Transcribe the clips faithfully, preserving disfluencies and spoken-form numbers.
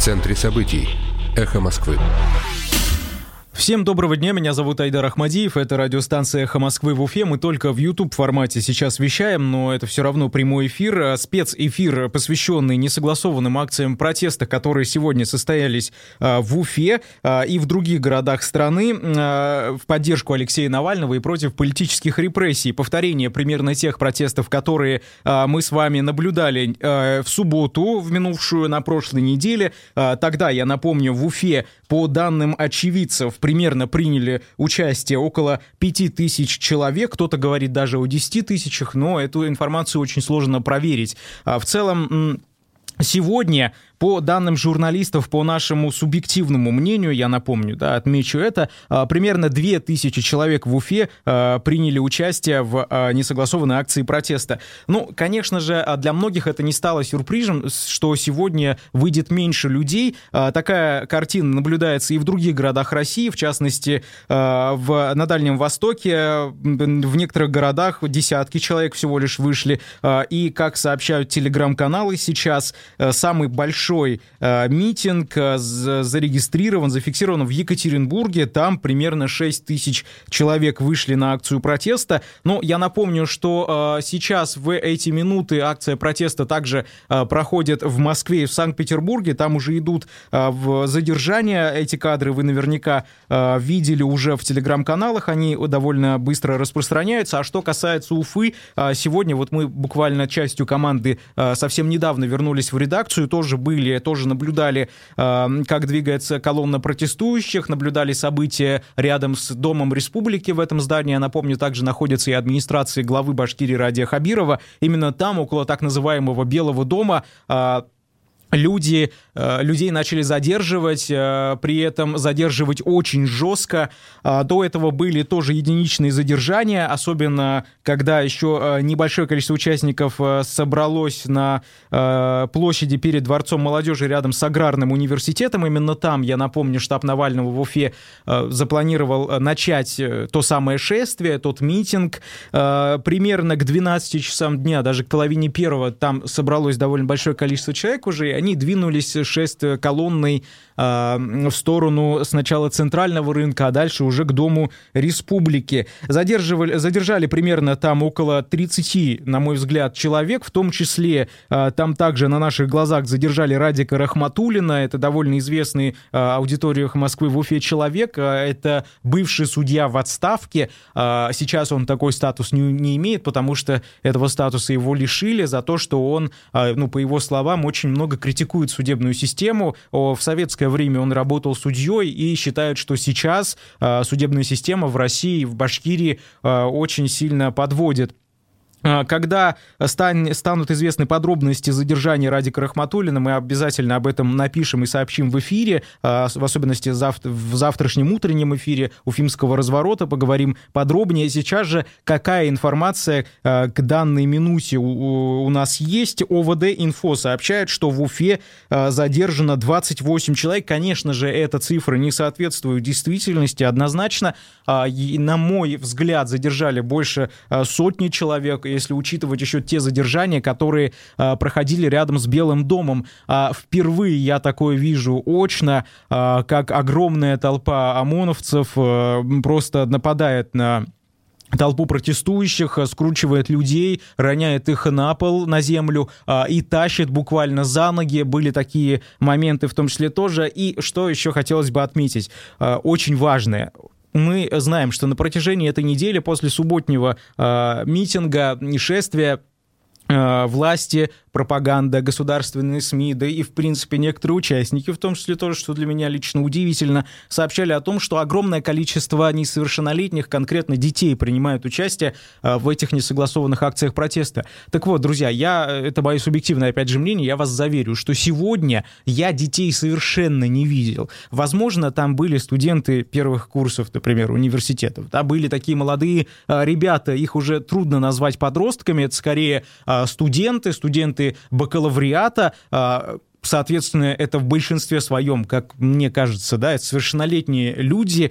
центре событий. Эхо Москвы. Всем доброго дня, меня зовут Айдар Ахмадиев, это радиостанция «Эхо Москвы» в Уфе. Мы только в YouTube-формате сейчас вещаем, но это все равно прямой эфир, спецэфир, посвященный несогласованным акциям протеста, которые сегодня состоялись в Уфе и в других городах страны в поддержку Алексея Навального и против политических репрессий. Повторение примерно тех протестов, которые мы с вами наблюдали в субботу, в минувшую, на прошлой неделе. Тогда, я напомню, в Уфе, по данным очевидцев, примерно приняли участие около пяти тысяч человек, кто-то говорит даже о десяти тысячах, но эту информацию очень сложно проверить. В целом, сегодня, по данным журналистов, по нашему субъективному мнению, я напомню, да, отмечу это, примерно две тысячи человек в Уфе приняли участие в несогласованной акции протеста. Ну, конечно же, для многих это не стало сюрпризом, что сегодня выйдет меньше людей. Такая картина наблюдается и в других городах России, в частности, в, на Дальнем Востоке. В некоторых городах десятки человек всего лишь вышли. И, как сообщают телеграм-каналы сейчас, самый большой э, митинг э, зарегистрирован, зафиксирован в Екатеринбурге. Там примерно шесть тысяч человек вышли на акцию протеста. Но я напомню, что э, сейчас в эти минуты акция протеста также э, проходит в Москве и в Санкт-Петербурге. Там уже идут э, в задержания. Эти кадры вы наверняка э, видели уже в телеграм-каналах. Они довольно быстро распространяются. А что касается Уфы, э, сегодня вот мы буквально частью команды э, совсем недавно вернулись в редакцию, тоже были, тоже наблюдали, э, как двигается колонна протестующих, наблюдали события рядом с Домом Республики в этом здании. Я напомню, также находится и администрация главы Башкирии Радия Хабирова. Именно там, около так называемого Белого дома, э, Люди, людей начали задерживать, при этом задерживать очень жестко. До этого были тоже единичные задержания, особенно когда еще небольшое количество участников собралось на площади перед Дворцом молодежи рядом с Аграрным университетом. Именно там, я напомню, штаб Навального в Уфе запланировал начать то самое шествие, тот митинг. Примерно к двенадцати часам дня, даже к половине первого, там собралось довольно большое количество человек уже. Они двинулись шествие колонной э, в сторону сначала центрального рынка, а дальше уже к Дому Республики. Задерживали, задержали примерно там около тридцати, на мой взгляд, человек, в том числе э, там также на наших глазах задержали Радика Рахматуллина, это довольно известный э, аудиториях Москвы в Уфе человек, э, это бывший судья в отставке, э, сейчас он такой статус не, не имеет, потому что этого статуса его лишили за то, что он, э, ну, по его словам, очень много критикует судебную систему. В советское время он работал судьей и считает, что сейчас судебная система в России, в Башкирии очень сильно подводит. Когда стан, станут известны подробности задержания Радика Рахматуллина, мы обязательно об этом напишем и сообщим в эфире, в особенности завтра, в завтрашнем утреннем эфире Уфимского разворота, поговорим подробнее. Сейчас же какая информация к данной минуте у, у нас есть? ОВД-инфо сообщает, что в Уфе задержано двадцать восемь человек. Конечно же, эта цифра не соответствует действительности однозначно. На мой взгляд, задержали больше сотни человек, если учитывать еще те задержания, которые а, проходили рядом с Белым домом. А, впервые я такое вижу очно, а, как огромная толпа ОМОНовцев а, просто нападает на толпу протестующих, скручивает людей, роняет их на пол, на землю а, и тащит буквально за ноги. Были такие моменты в том числе тоже. И что еще хотелось бы отметить? А, очень важное. Мы знаем, что на протяжении этой недели после субботнего э, митинга и шествия э, власти, пропаганда, государственные СМИ, да и, в принципе, некоторые участники, в том числе тоже, что для меня лично удивительно, сообщали о том, что огромное количество несовершеннолетних, конкретно детей, принимают участие в этих несогласованных акциях протеста. Так вот, друзья, я, это мое субъективное, опять же, мнение, я вас заверю, что сегодня я детей совершенно не видел. Возможно, там были студенты первых курсов, например, университетов, да, были такие молодые ребята, их уже трудно назвать подростками, это скорее студенты, студенты бакалавриата, соответственно, это в большинстве своем, как мне кажется, да, это совершеннолетние люди.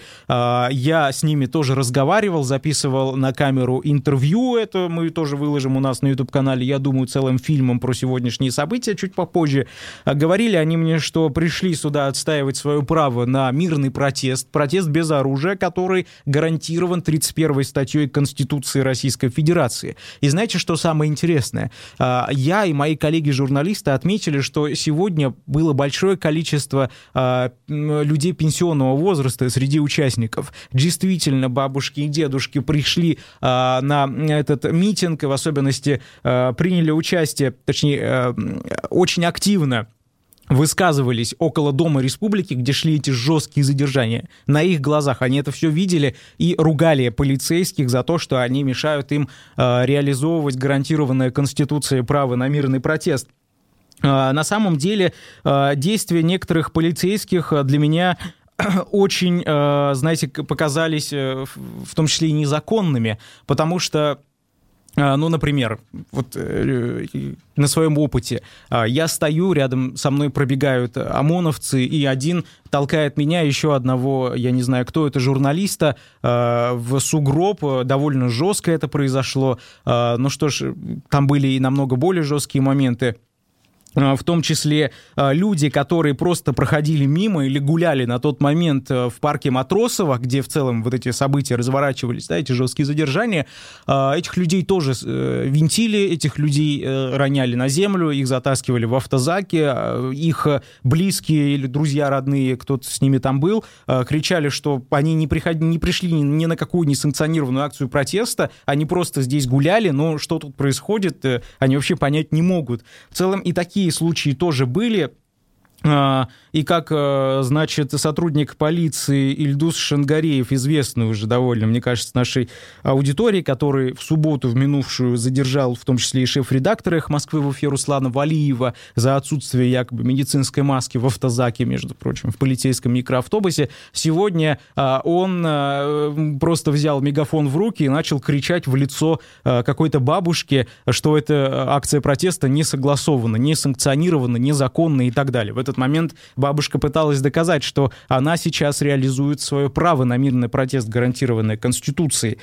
Я с ними тоже разговаривал, записывал на камеру интервью, это мы тоже выложим у нас на YouTube-канале, я думаю, целым фильмом про сегодняшние события чуть попозже. Говорили они мне, что пришли сюда отстаивать свое право на мирный протест, протест без оружия, который гарантирован тридцать первой статьей Конституции Российской Федерации. И знаете, что самое интересное? Я и мои коллеги-журналисты отметили, что сегодня Сегодня было большое количество э, людей пенсионного возраста среди участников. Действительно, бабушки и дедушки пришли э, на этот митинг, и в особенности э, приняли участие, точнее, э, очень активно высказывались около Дома Республики, где шли эти жесткие задержания. На их глазах они это все видели и ругали полицейских за то, что они мешают им э, реализовывать гарантированное Конституцией право на мирный протест. На самом деле действия некоторых полицейских для меня очень, знаете, показались в том числе и незаконными, потому что, ну, например, вот на своем опыте я стою, рядом со мной пробегают ОМОНовцы, и один толкает меня, еще одного, я не знаю, кто это, журналиста, в сугроб. Довольно жестко это произошло. Ну что ж, там были и намного более жесткие моменты. В том числе люди, которые просто проходили мимо или гуляли на тот момент в парке Матросова, где в целом вот эти события разворачивались, да, эти жесткие задержания, этих людей тоже винтили, этих людей роняли на землю, их затаскивали в автозаки, их близкие или друзья родные, кто-то с ними там был, кричали, что они не, приходи, не пришли ни на какую несанкционированную акцию протеста, они просто здесь гуляли, но что тут происходит, они вообще понять не могут. В целом и такие случаи тоже были. И как, значит, сотрудник полиции Ильдус Шангареев, известный уже довольно, мне кажется, нашей аудитории, который в субботу в минувшую задержал в том числе и шеф-редактора «Эхо Москвы» в Уфе Руслана Валиева за отсутствие якобы медицинской маски в автозаке, между прочим, в полицейском микроавтобусе. Сегодня он просто взял мегафон в руки и начал кричать в лицо какой-то бабушке, что эта акция протеста не согласована, не санкционирована, незаконна и так далее. В этот момент бабушка пыталась доказать, что она сейчас реализует свое право на мирный протест, гарантированное Конституцией.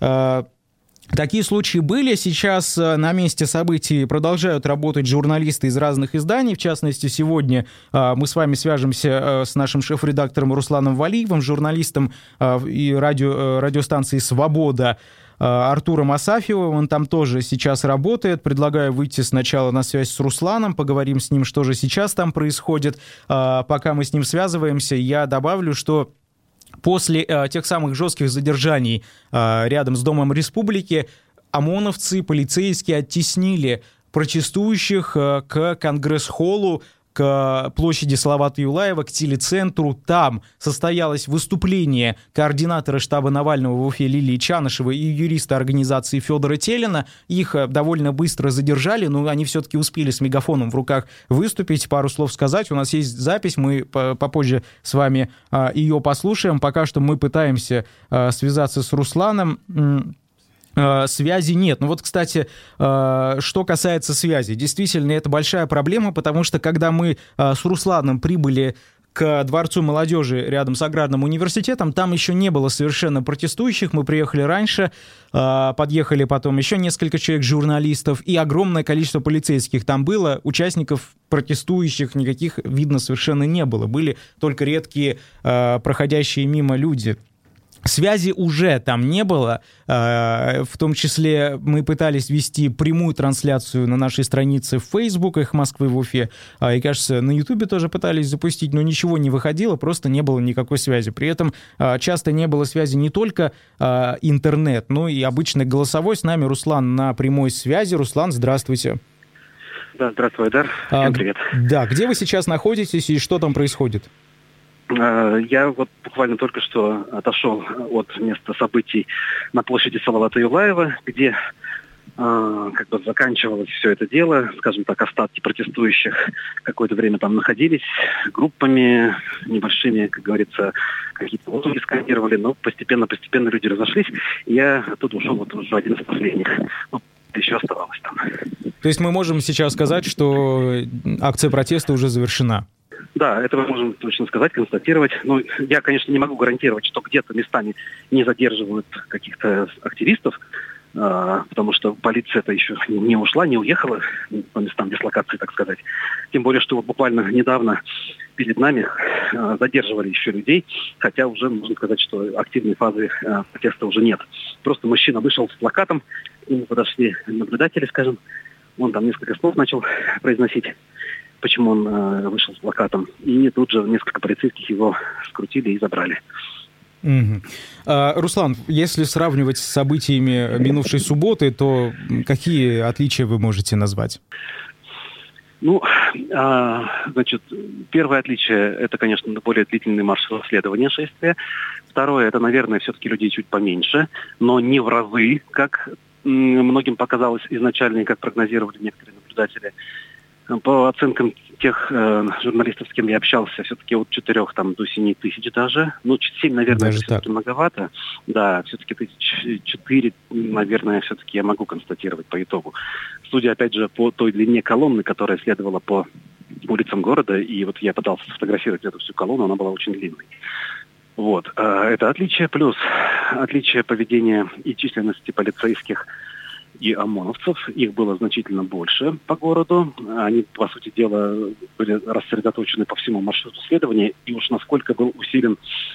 Такие случаи были. Сейчас на месте событий продолжают работать журналисты из разных изданий. В частности, сегодня мы с вами свяжемся с нашим шеф-редактором Русланом Валиевым, журналистом и радио, радиостанции «Свобода» Артуром Асафьевым, он там тоже сейчас работает. Предлагаю выйти сначала на связь с Русланом, поговорим с ним, что же сейчас там происходит. Пока мы с ним связываемся, я добавлю, что после тех самых жестких задержаний рядом с Домом Республики ОМОНовцы, полицейские оттеснили протестующих к Конгресс-холлу, к площади Салавата Юлаева, к телецентру. Там состоялось выступление координатора штаба Навального в Уфе Лилии Чанышевой и юриста организации Федора Телина. Их довольно быстро задержали, но они все-таки успели с мегафоном в руках выступить, пару слов сказать. У нас есть запись, мы попозже с вами ее послушаем. Пока что мы пытаемся связаться с Русланом. Связи нет. Ну вот, кстати, что касается связи, действительно, это большая проблема, потому что когда мы с Русланом прибыли к Дворцу молодежи рядом с Аграрным университетом, там еще не было совершенно протестующих, мы приехали раньше, подъехали потом еще несколько человек, журналистов, и огромное количество полицейских там было, участников протестующих никаких видно совершенно не было, были только редкие проходящие мимо люди. Связи уже там не было, в том числе мы пытались вести прямую трансляцию на нашей странице в Facebook «Эхо Москвы» в Уфе, и, кажется, на Ютубе тоже пытались запустить, но ничего не выходило, просто не было никакой связи. При этом часто не было связи не только интернет, но и обычный голосовой. С нами Руслан на прямой связи. Руслан, здравствуйте. Да, здравствуй, Айдар. Всем привет. Да, где вы сейчас находитесь и что там происходит? Я вот буквально только что отошел от места событий на площади Салавата Юлаева, где э, как бы заканчивалось все это дело, скажем так, остатки протестующих какое-то время там находились группами небольшими, как говорится, какие-то лозунги сканировали, но постепенно-постепенно люди разошлись, и я оттуда ушел вот уже один из последних. еще оставалось там. То есть мы можем сейчас сказать, что акция протеста уже завершена? Да, это мы можем точно сказать, констатировать. Но я, конечно, не могу гарантировать, что где-то местами не задерживают каких-то активистов, потому что полиция-то еще не ушла, не уехала по местам дислокации, так сказать. Тем более, что вот буквально недавно перед нами задерживали еще людей, хотя уже можно сказать, что активной фазы протеста уже нет. Просто мужчина вышел с плакатом, к нему подошли наблюдатели, скажем, он там несколько слов начал произносить, почему он вышел с плакатом, и тут же несколько полицейских его скрутили и забрали. Угу. А, Руслан, если сравнивать с событиями минувшей субботы, то какие отличия вы можете назвать? Ну, а, значит, первое отличие – это, конечно, более длительный марш расследования шествия. Второе – это, наверное, все-таки людей чуть поменьше, но не в разы, как многим показалось изначально и как прогнозировали некоторые наблюдатели. По оценкам тех э, журналистов, с кем я общался, все-таки от четырех там, до семи тысяч даже. Ну, семь, наверное, даже это все-таки так многовато. Да, все-таки тысяч четыре, наверное, все-таки я могу констатировать по итогу. Судя, опять же, по той длине колонны, которая следовала по улицам города, и вот я пытался сфотографировать эту всю колонну, она была очень длинной. Вот. Это отличие. Плюс отличие поведения и численности полицейских и ОМОНовцев. Их было значительно больше по городу. Они, по сути дела, были рассредоточены по всему маршруту следования. И уж насколько был усилен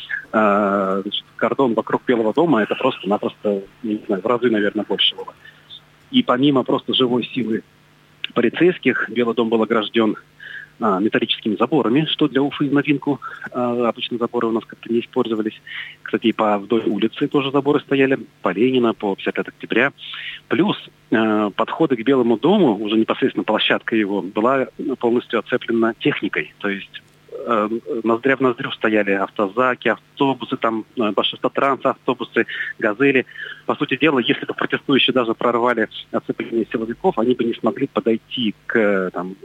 э, значит, кордон вокруг Белого дома, это просто-напросто, не знаю, в разы, наверное, больше было. И помимо просто живой силы полицейских, Белый дом был огражден а, металлическими заборами, что для Уфы в новинку. А, обычно заборы у нас как-то не использовались. Кстати, и по вдоль улицы тоже заборы стояли, по Ленина, по пятьдесят пятое октября. Плюс а, подходы к Белому дому, уже непосредственно площадка его, была полностью оцеплена техникой. То есть а, ноздря в ноздрю стояли автозаки, автобусы, там, Башавтотранс, автобусы, газели. По сути дела, если бы протестующие даже прорвали оцепление силовиков, они бы не смогли подойти к там,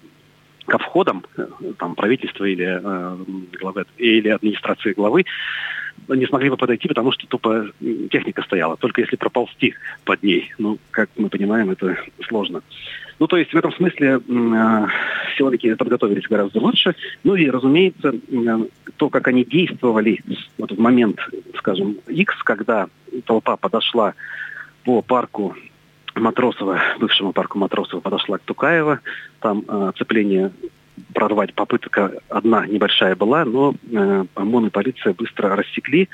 ко входам там, правительства или, э, главы, или администрации главы, не смогли бы подойти, потому что тупо техника стояла. Только если проползти под ней. Ну, как мы понимаем, это сложно. Ну, то есть в этом смысле э, силовики подготовились гораздо лучше. Ну и, разумеется, э, то, как они действовали вот в момент, скажем, X, когда толпа подошла по парку Матросова, бывшему парку Матросова, подошла к Тукаева. Там э, цепление прорвать попытка одна небольшая была, но э, ОМОН и полиция быстро рассекли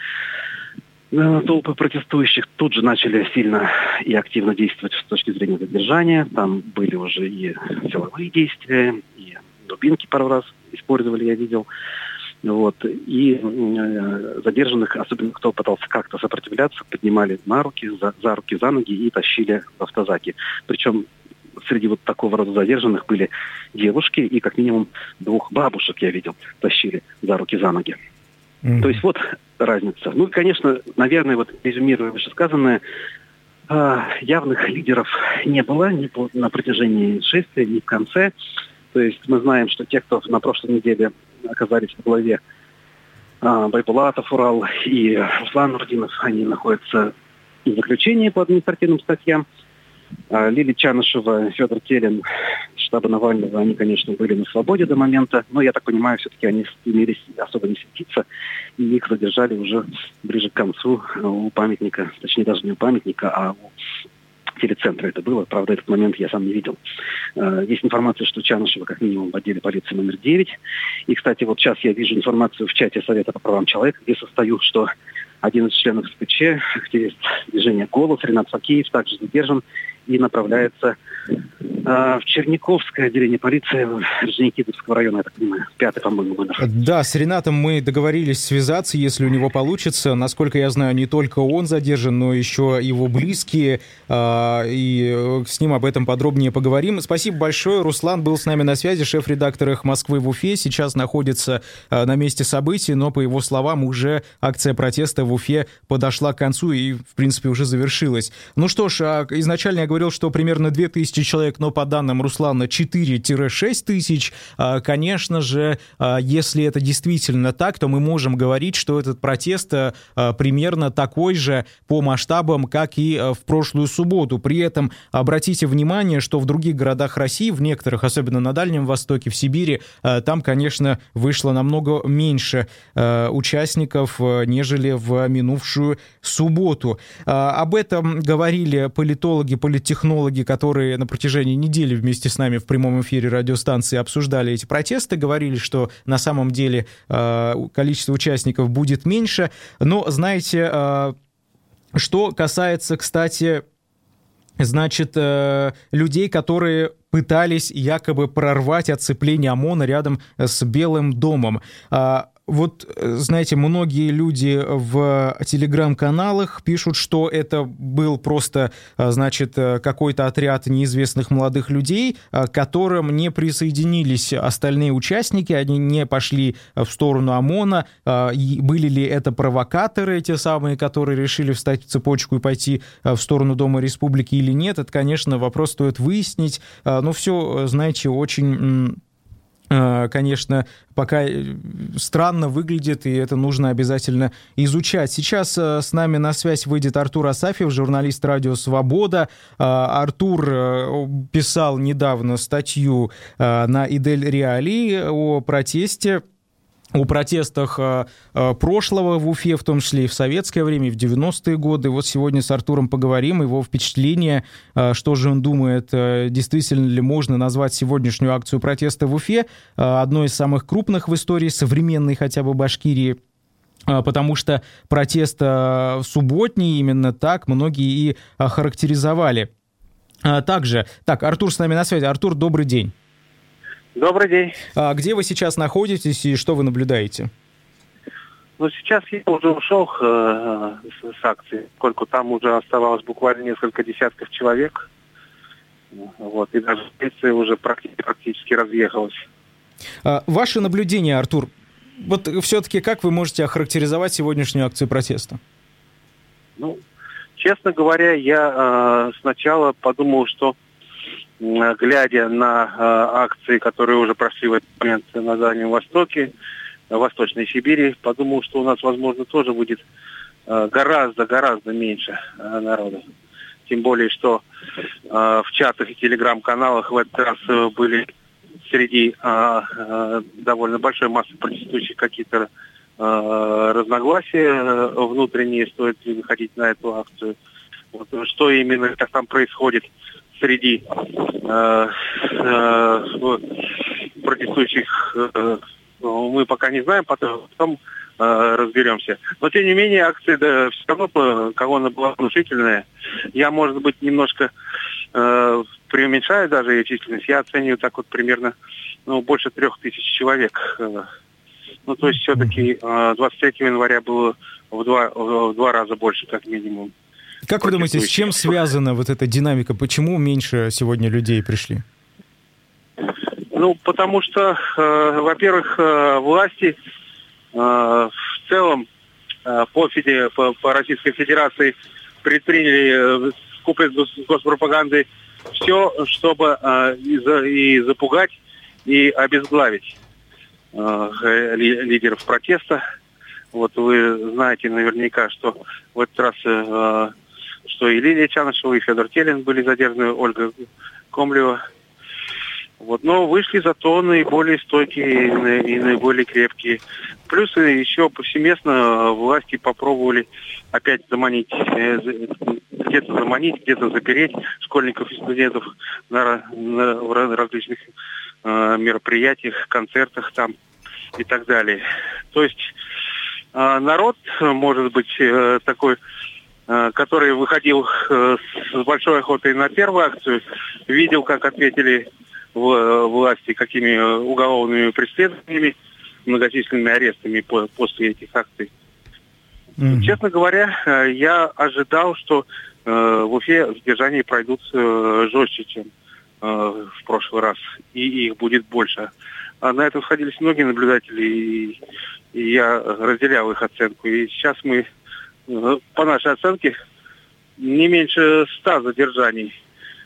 э, толпы протестующих. Тут же начали сильно и активно действовать с точки зрения задержания. Там были уже и силовые действия, и дубинки пару раз использовали, я видел. Вот. И э, задержанных, особенно кто пытался как-то сопротивляться, поднимали на руки, за, за руки, за ноги и тащили в автозаки. Причем среди вот такого рода задержанных были девушки, и как минимум двух бабушек, я видел, тащили за руки, за ноги. Mm-hmm. То есть вот разница. Ну и, конечно, наверное, вот резюмируя вышесказанное, э, явных лидеров не было ни по, на протяжении шествия, ни в конце. То есть мы знаем, что те, кто на прошлой неделе оказались в главе а, Байбулатов, Урал и Руслан Нурдинов, они находятся в заключении по административным статьям. А, Лилия Чанышева, Федор Телин, штаба Навального, они, конечно, были на свободе до момента, но, я так понимаю, все-таки они стремились особо не светиться, и их задержали уже ближе к концу у памятника, точнее, даже не у памятника, а у телецентра это было. Правда, этот момент я сам не видел. Есть информация, что Чанышева как минимум в отделе полиции номер девять. И, кстати, вот сейчас я вижу информацию в чате Совета по правам человека, где состою, что один из членов СПЧ, активист движения «Голос» Ренат Факеев, также задержан и направляется э, в Черниковское отделение полиции Орджоникидзевского района, я так понимаю, пятый, по-моему, номер. Да, с Ренатом мы договорились связаться, если у него получится. Насколько я знаю, не только он задержан, но еще его близкие, э, и с ним об этом подробнее поговорим. Спасибо большое. Руслан был с нами на связи, шеф-редактор «Эхо Москвы» в Уфе. Сейчас находится э, на месте событий, но, по его словам, уже акция протеста в Уфе подошла к концу и, в принципе, уже завершилась. Ну что ж, изначально я говорил, что примерно две тысячи человек, но по данным Руслана четыре-шесть тысяч. Конечно же, если это действительно так, то мы можем говорить, что этот протест примерно такой же по масштабам, как и в прошлую субботу. При этом обратите внимание, что в других городах России, в некоторых, особенно на Дальнем Востоке, в Сибири, там, конечно, вышло намного меньше участников, нежели в минувшую субботу. Об этом говорили политологи, политтехнологи, которые на протяжении недели вместе с нами в прямом эфире радиостанции обсуждали эти протесты, говорили, что на самом деле количество участников будет меньше. Но, знаете, что касается, кстати, значит, людей, которые пытались якобы прорвать оцепление ОМОНа рядом с Белым домом. Вот, знаете, многие люди в телеграм-каналах пишут, что это был просто, значит, какой-то отряд неизвестных молодых людей, к которым не присоединились остальные участники, они не пошли в сторону ОМОНа. Были ли это провокаторы, те самые, которые решили встать в цепочку и пойти в сторону Дома Республики или нет? Это, конечно, вопрос стоит выяснить. Но все, знаете, очень... конечно, пока странно выглядит, и это нужно обязательно изучать. Сейчас с нами на связь выйдет Артур Асафьев, журналист «Радио Свобода». Артур писал недавно статью на Идель Реалии о протесте, о протестах э, прошлого в Уфе, в том числе и в советское время, и в девяностые годы. Вот сегодня с Артуром поговорим, его впечатления, э, что же он думает, э, действительно ли можно назвать сегодняшнюю акцию протеста в Уфе э, одной из самых крупных в истории современной хотя бы Башкирии, э, потому что протест э, субботний именно так многие и охарактеризовали. А также, так, Артур с нами на связи. Артур, добрый день. Добрый день. А где вы сейчас находитесь и что вы наблюдаете? Ну, сейчас я уже ушел э, с, с акции, поскольку там уже оставалось буквально несколько десятков человек. Вот, и даже полиция уже практически, практически разъехалась. А, ваши наблюдения, Артур, вот все-таки как вы можете охарактеризовать сегодняшнюю акцию протеста? Ну, честно говоря, я э, сначала подумал, что глядя на э, акции, которые уже прошли в этот момент на Дальнем Востоке, в Восточной Сибири, подумал, что у нас, возможно, тоже будет гораздо-гораздо э, меньше э, народа. Тем более, что э, в чатах и телеграм-каналах в этот раз э, были среди э, э, довольно большой массы протестующих какие-то э, разногласия э, внутренние, стоит ли выходить на эту акцию. Вот, что именно как там происходит среди э, э, протестующих, э, мы пока не знаем, потом, потом э, разберемся. Но, тем не менее, акция да, все равно колонна была внушительная. Я, может быть, немножко э, преуменьшаю даже ее численность. Я оцениваю так вот примерно ну, больше трех тысяч человек. Ну, то есть, все-таки э, двадцать третьего января было в два, в два раза больше, как минимум. Как вы думаете, с чем связана вот эта динамика? Почему меньше сегодня людей пришли? Ну, потому что, э, во-первых, э, власти э, в целом э, по, феде, по, по Российской Федерации предприняли э, вкупе с госпропагандой все, чтобы э, и, за, и запугать, и обезглавить э, лидеров протеста. Вот вы знаете наверняка, что в этот раз... Э, что и Лилия Чанышева, и Федор Телин были задержаны, Ольга Комлева. Вот, но вышли зато наиболее стойкие и наиболее крепкие. Плюс еще повсеместно власти попробовали опять заманить, где-то заманить, где-то запереть школьников и студентов на, на различных э, мероприятиях, концертах там и так далее. То есть э, народ, может быть, э, такой... который выходил с большой охотой на первую акцию, видел, как ответили власти, какими уголовными преследованиями, многочисленными арестами после этих акций. Mm-hmm. Честно говоря, я ожидал, что в Уфе задержания пройдут жестче, чем в прошлый раз, и их будет больше. А на это сходились многие наблюдатели, и, и я разделял их оценку. И сейчас мы, по нашей оценке, не меньше ста задержаний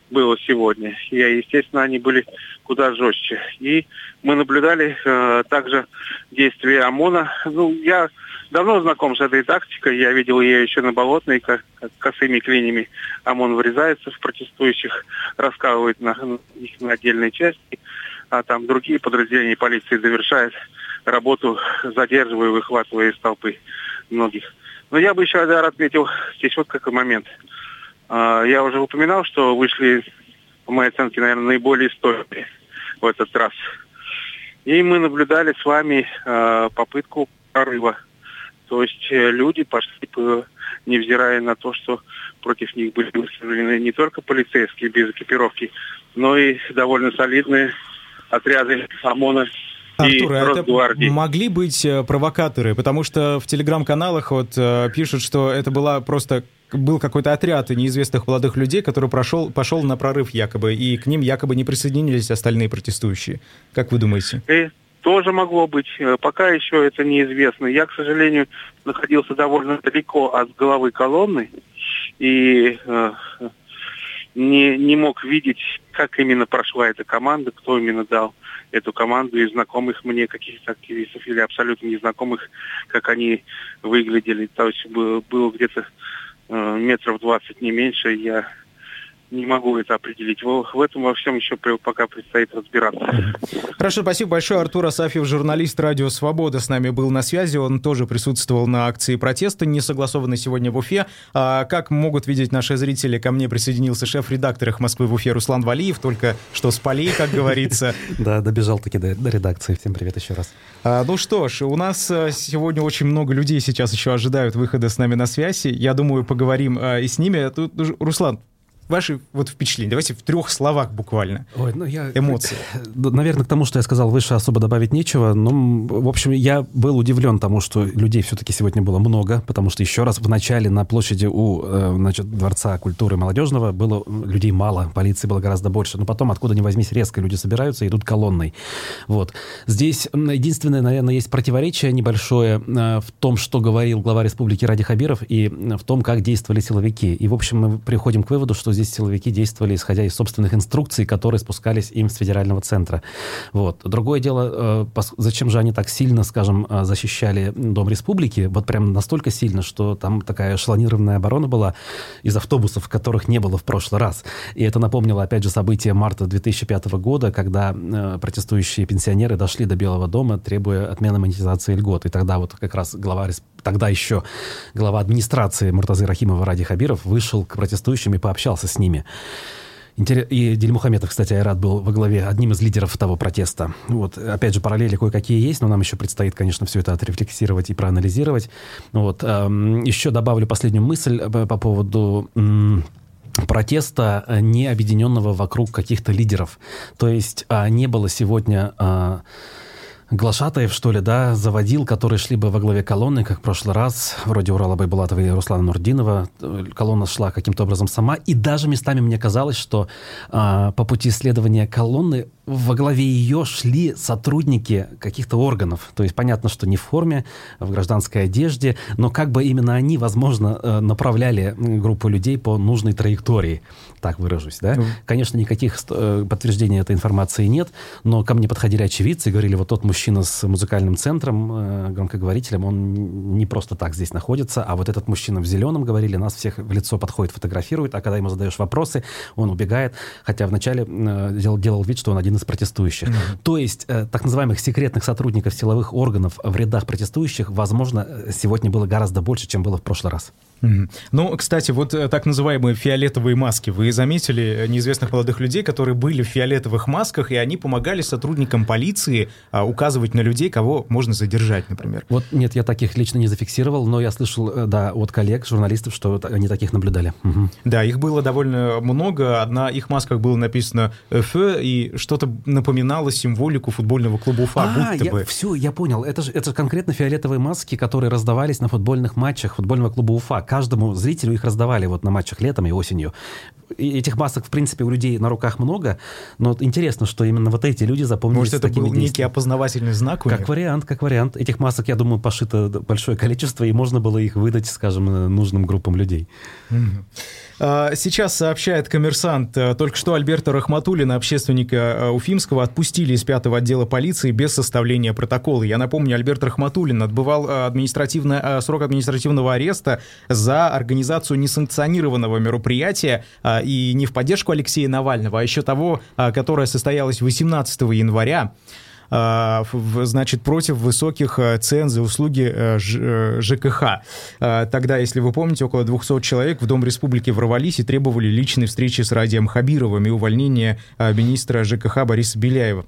было сегодня. И, естественно, они были куда жестче. И мы наблюдали э, также действия ОМОНа. Ну, я давно знаком с этой тактикой. Я видел ее еще на Болотной, как, как косыми клинями ОМОН врезается в протестующих, раскалывает на, их на отдельные части, а там другие подразделения полиции завершают работу, задерживая, выхватывая из толпы многих. Но я бы еще, Айдар, отметил здесь вот какой момент. Я уже упоминал, что вышли, по моей оценке, наверное, наиболее стойкие в этот раз. И мы наблюдали с вами попытку прорыва. То есть люди пошли, невзирая на то, что против них были выставлены не только полицейские без экипировки, но и довольно солидные отряды ОМОНа. Артур, а это могли быть провокаторы? Потому что в телеграм-каналах вот пишут, что это была просто был какой-то отряд неизвестных молодых людей, который прошел, пошел на прорыв якобы, и к ним якобы не присоединились остальные протестующие. Как вы думаете? И тоже могло быть. Пока еще это неизвестно. Я, к сожалению, находился довольно далеко от головы колонны и э, не, не мог видеть, как именно прошла эта команда, кто именно дал эту команду из знакомых мне каких-то активистов или абсолютно незнакомых, как они выглядели. То есть было, было где-то э, метров двадцать, не меньше. Я не могу это определить. В, в этом во всем еще пока предстоит разбираться. Хорошо, спасибо большое. Артур Асафьев, журналист «Радио Свобода», с нами был на связи. Он тоже присутствовал на акции протеста, не согласованной сегодня в Уфе. А как могут видеть наши зрители, ко мне присоединился шеф-редактор «Эхо Москвы» в Уфе Руслан Валиев, только что с полей, как говорится. Да, добежал-таки до редакции. Всем привет еще раз. Ну что ж, у нас сегодня очень много людей сейчас еще ожидают выхода с нами на связь. Я думаю, поговорим и с ними. Руслан, ваши вот впечатления, давайте в трех словах буквально. Ой, ну я, эмоции. Наверное, к тому, что я сказал выше, особо добавить нечего. Но, в общем, я был удивлен тому, что людей все-таки сегодня было много, потому что еще раз в начале на площади у значит, Дворца культуры молодежного было людей мало, полиции было гораздо больше. Но потом, откуда ни возьмись, резко люди собираются и идут колонной. Вот. Здесь единственное, наверное, есть противоречие небольшое в том, что говорил глава республики Ради Хабиров, и в том, как действовали силовики. И, в общем, мы приходим к выводу, что здесь силовики действовали, исходя из собственных инструкций, которые спускались им с федерального центра. Вот. Другое дело, зачем же они так сильно, скажем, защищали Дом Республики, вот прям настолько сильно, что там такая эшелонированная оборона была из автобусов, которых не было в прошлый раз. И это напомнило, опять же, события марта две тысячи пятого года, когда протестующие пенсионеры дошли до Белого дома, требуя отмены монетизации льгот. И тогда вот как раз глава тогда еще глава администрации Муртазы Рахимова Ради Хабиров вышел к протестующим и пообщался с ними. И Дильмухаметов, кстати, Айрат был во главе, одним из лидеров того протеста. Вот. Опять же, параллели кое-какие есть, но нам еще предстоит, конечно, все это отрефлексировать и проанализировать. Вот. Еще добавлю последнюю мысль по поводу протеста, не объединенного вокруг каких-то лидеров. То есть не было сегодня глашатаев, что ли, да, заводил, которые шли бы во главе колонны, как в прошлый раз, вроде Урала Байбулатова и Руслана Нурдинова. Колонна шла каким-то образом сама, и даже местами мне казалось, что а, по пути следования колонны во главе ее шли сотрудники каких-то органов. То есть понятно, что не в форме, в гражданской одежде, но как бы именно они, возможно, направляли группу людей по нужной траектории, так выражусь, да. Mm. Конечно, никаких подтверждений этой информации нет, но ко мне подходили очевидцы и говорили, вот тот мужчина с музыкальным центром, громкоговорителем, он не просто так здесь находится, а вот этот мужчина в зеленом, говорили, нас всех в лицо подходит, фотографирует, а когда ему задаешь вопросы, он убегает, хотя вначале делал, делал вид, что он один из протестующих. Mm-hmm. То есть э, так называемых секретных сотрудников силовых органов в рядах протестующих, возможно, сегодня было гораздо больше, чем было в прошлый раз. Mm-hmm. Ну, кстати, вот так называемые фиолетовые маски. Вы заметили неизвестных молодых людей, которые были в фиолетовых масках, и они помогали сотрудникам полиции а, указывать на людей, кого можно задержать, например? Вот нет, я таких лично не зафиксировал, но я слышал, да, от коллег, журналистов, что они таких наблюдали. Угу. Да, их было довольно много. На их масках было написано «Ф», и что-то напоминало символику футбольного клуба Уфа. А, будто я, бы. Все, я понял. Это же, это же конкретно фиолетовые маски, которые раздавались на футбольных матчах футбольного клуба Уфа. каждому зрителю их раздавали вот на матчах летом и осенью. И этих масок, в принципе, у людей на руках много, но вот интересно, что именно вот эти люди запомнились. Может, это такими был действиями. некий опознавательный знак у Как них? вариант, как вариант. Этих масок, я думаю, пошито большое количество, и можно было их выдать, скажем, нужным группам людей. Сейчас сообщает «Коммерсант», только что Альберта Рахматуллина, общественника Уфимского, отпустили из пятого отдела полиции без составления протокола. Я напомню, Альберт Рахматуллин отбывал административно, срок административного ареста за организацию несанкционированного мероприятия, и не в поддержку Алексея Навального, а еще того, которое состоялось восемнадцатого января. Значит, против высоких цен за услуги ЖКХ. Тогда, если вы помните, около двухсот человек в Дом Республики ворвались и требовали личной встречи с Радием Хабировым и увольнения министра ЖКХ Бориса Беляева.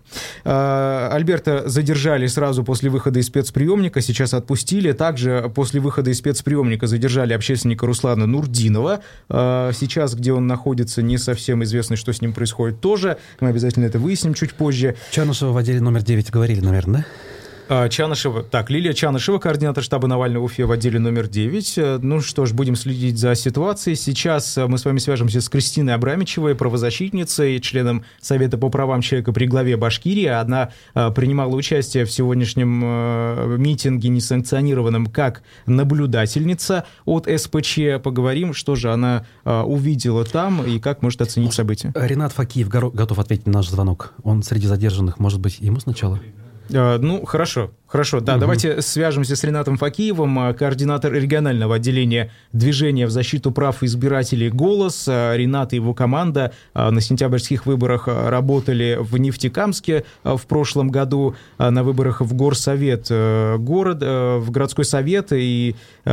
Альберта задержали сразу после выхода из спецприемника, сейчас отпустили. Также после выхода из спецприемника задержали общественника Руслана Нурдинова. Сейчас, где он находится, не совсем известно, что с ним происходит тоже. Мы обязательно это выясним чуть позже. Чанышева в отделе номер девять говорили, наверное, да? Чанышева. Так, Лилия Чанышева, координатор штаба Навального в Уфе в отделе номер девять. Ну что ж, будем следить за ситуацией. Сейчас мы с вами свяжемся с Кристиной Абрамичевой, правозащитницей, членом Совета по правам человека при главе Башкирии. Она принимала участие в сегодняшнем митинге несанкционированном как наблюдательница от СПЧ. Поговорим, что же она увидела там и как может оценить события. Ринат Факиев готов ответить на наш звонок. Он среди задержанных, может быть, ему сначала? Ну, хорошо, хорошо. Да, угу. Давайте свяжемся с Ринатом Факиевым, координатор регионального отделения движения в защиту прав избирателей «Голос». Ринат и его команда на сентябрьских выборах работали в Нефтекамске в прошлом году, на выборах в горсовет города, в городской совет, и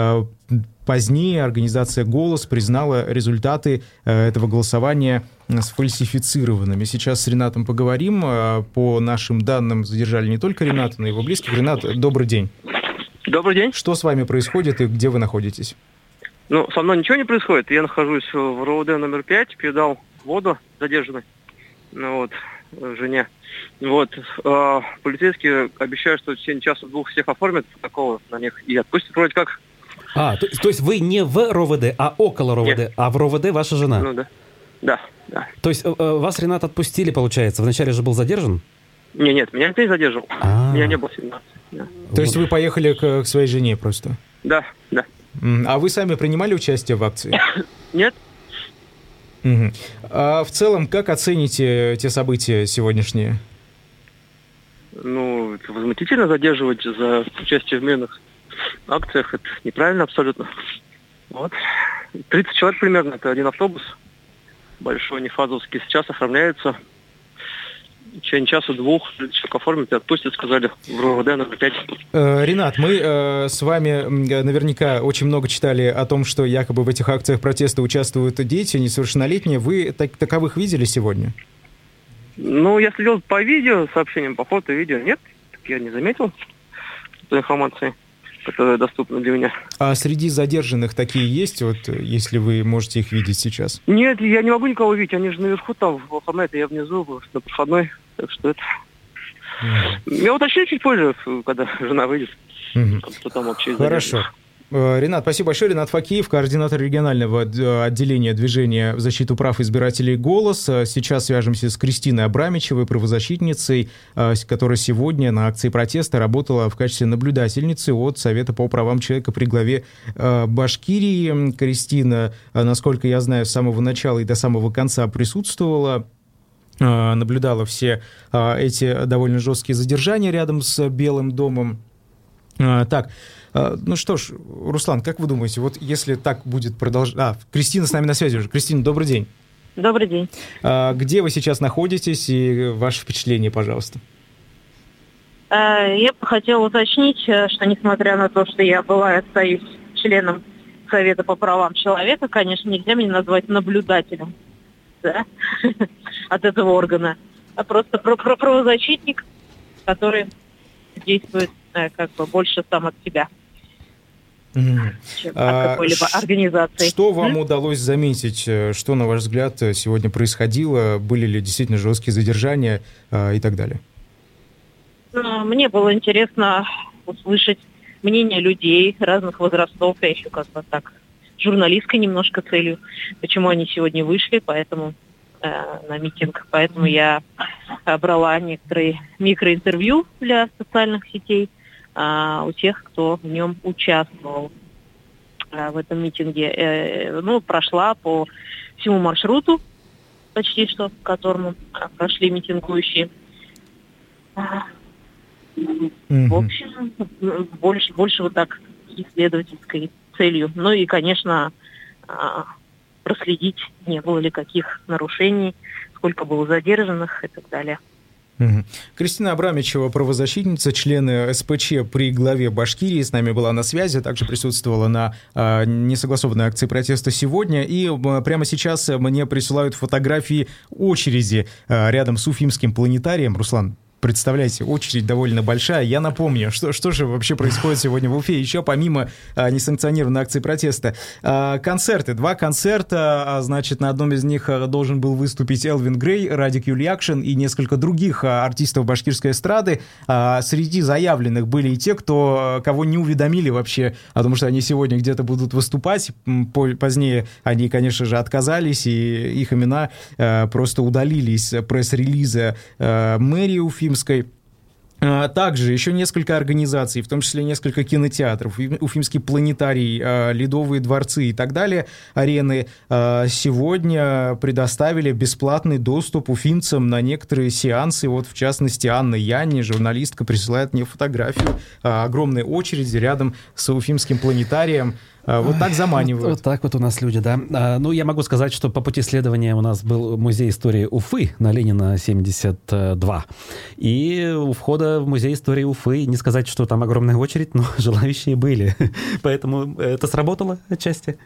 позднее организация «Голос» признала результаты этого голосования сфальсифицированными. Сейчас с Ринатом поговорим. По нашим данным, задержали не только Рената, но и его близких. Ринат, добрый день. Добрый день. Что с вами происходит и где вы находитесь? Ну, со мной ничего не происходит. Я нахожусь в РОВД номер пять, передал воду задержанной, ну, вот, жене. Вот. Э, полицейские обещают, что в течение часа-двух всех оформят протоколы на них и отпустят вроде как. А, то, то есть вы не в РОВД, а около РОВД, Нет. а в РОВД ваша жена? Ну да. Да, да. То есть э, вас, Ренат, отпустили, получается? Вначале же был задержан? Не, нет, меня никто не задерживал. А-а-а. Меня не было семнадцати. Да. То вот. есть вы поехали к, к своей жене просто? Да, да. А вы сами принимали участие в акции? Нет. Угу. А в целом, как оцените те события сегодняшние? Ну, это возмутительно задерживать за участие в мирных акциях. Это неправильно абсолютно. Вот. тридцать человек примерно, это один автобус. Большой, нефазовский, сейчас оформляется. В течение часа-двух человек оформят и отпустят, сказали, в РОВД номер пять. Ринат, мы э, с вами наверняка очень много читали о том, что якобы в этих акциях протеста участвуют дети несовершеннолетние. Вы так, таковых видели сегодня? Ну, я следил по видео, сообщениям по фото, видео. Нет, так я не заметил этой информации, которая доступна для меня. А среди задержанных такие есть, вот, если вы можете их видеть сейчас? Нет, я не могу никого видеть, они же наверху там оформляют, а я внизу, на проходной, так что это... Mm-hmm. Я уточню чуть позже, когда жена выйдет, mm-hmm. что там вообще... Хорошо. Ринат, спасибо большое. Ринат Факиев, координатор регионального отделения движения в защиту прав избирателей «Голос». Сейчас свяжемся с Кристиной Абрамичевой, правозащитницей, которая сегодня на акции протеста работала в качестве наблюдательницы от Совета по правам человека при главе Башкирии. Кристина, насколько я знаю, с самого начала и до самого конца присутствовала, наблюдала все эти довольно жесткие задержания рядом с Белым домом. Так, ну что ж, Руслан, как вы думаете, вот если так будет продолжать... А, Кристина с нами на связи уже. Кристина, добрый день. Добрый день. Где вы сейчас находитесь и ваше впечатление, пожалуйста? Я бы хотела уточнить, что несмотря на то, что я была и остаюсь членом Совета по правам человека, конечно, нельзя меня назвать наблюдателем, да, от этого органа, а просто правозащитник, который действует как бы больше сам от себя, чем от какой-либо организации. Что вам удалось заметить? Что, на ваш взгляд, сегодня происходило? Были ли действительно жесткие задержания и так далее? Мне было интересно услышать мнение людей разных возрастов. Я еще как бы так журналистской немножко целью, почему они сегодня вышли, поэтому э, на митинг. Поэтому я брала некоторые микроинтервью для социальных сетей э, у тех, кто в нем участвовал э, в этом митинге. Э, ну, прошла по всему маршруту, почти что, по которому прошли митингующие. Mm-hmm. В общем, больше, больше вот так исследовательской целью. Ну и, конечно, проследить, не было ли каких нарушений, сколько было задержанных и так далее. Угу. Кристина Абрамичева, правозащитница, член эс пэ че при главе Башкирии, с нами была на связи, также присутствовала на а, несогласованной акции протеста сегодня, и а, прямо сейчас мне присылают фотографии очереди а, рядом с Уфимским планетарием. Руслан, представляете, очередь довольно большая. Я напомню, что, что же вообще происходит сегодня в Уфе, еще помимо а, несанкционированной акции протеста. А, концерты, два концерта, а, значит, на одном из них а, должен был выступить Элвин Грей, Радик Юльякшин и несколько других а, артистов башкирской эстрады. А, среди заявленных были и те, кто, кого не уведомили вообще о том, что они сегодня где-то будут выступать. Позднее они, конечно же, отказались, и их имена а, просто удалились с пресс-релиза а, мэрии Уфимской. Также еще несколько организаций, в том числе несколько кинотеатров, Уфимский планетарий, Ледовые дворцы и так далее, арены, сегодня предоставили бесплатный доступ уфимцам на некоторые сеансы. Вот, в частности, Анна Янни, журналистка, присылает мне фотографию огромной очереди рядом с Уфимским планетарием. Вот так заманивают. Вот, вот так вот у нас люди, да. А, ну, я могу сказать, что по пути следования у нас был музей истории Уфы на Ленина семьдесят два. И у входа в музей истории Уфы, не сказать, что там огромная очередь, но желающие были. Поэтому это сработало отчасти.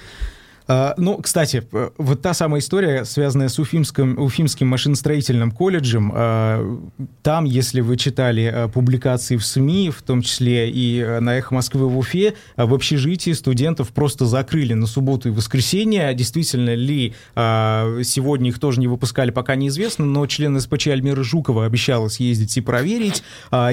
Uh, ну, кстати, вот та самая история, связанная с Уфимским, Уфимским машиностроительным колледжем, uh, там, если вы читали uh, публикации в СМИ, в том числе и uh, на «Эхо Москвы» в Уфе, uh, в общежитии студентов просто закрыли на субботу и воскресенье. Действительно ли uh, сегодня их тоже не выпускали, пока неизвестно, но член эс пэ че Альмира Жукова обещала съездить и проверить. Uh,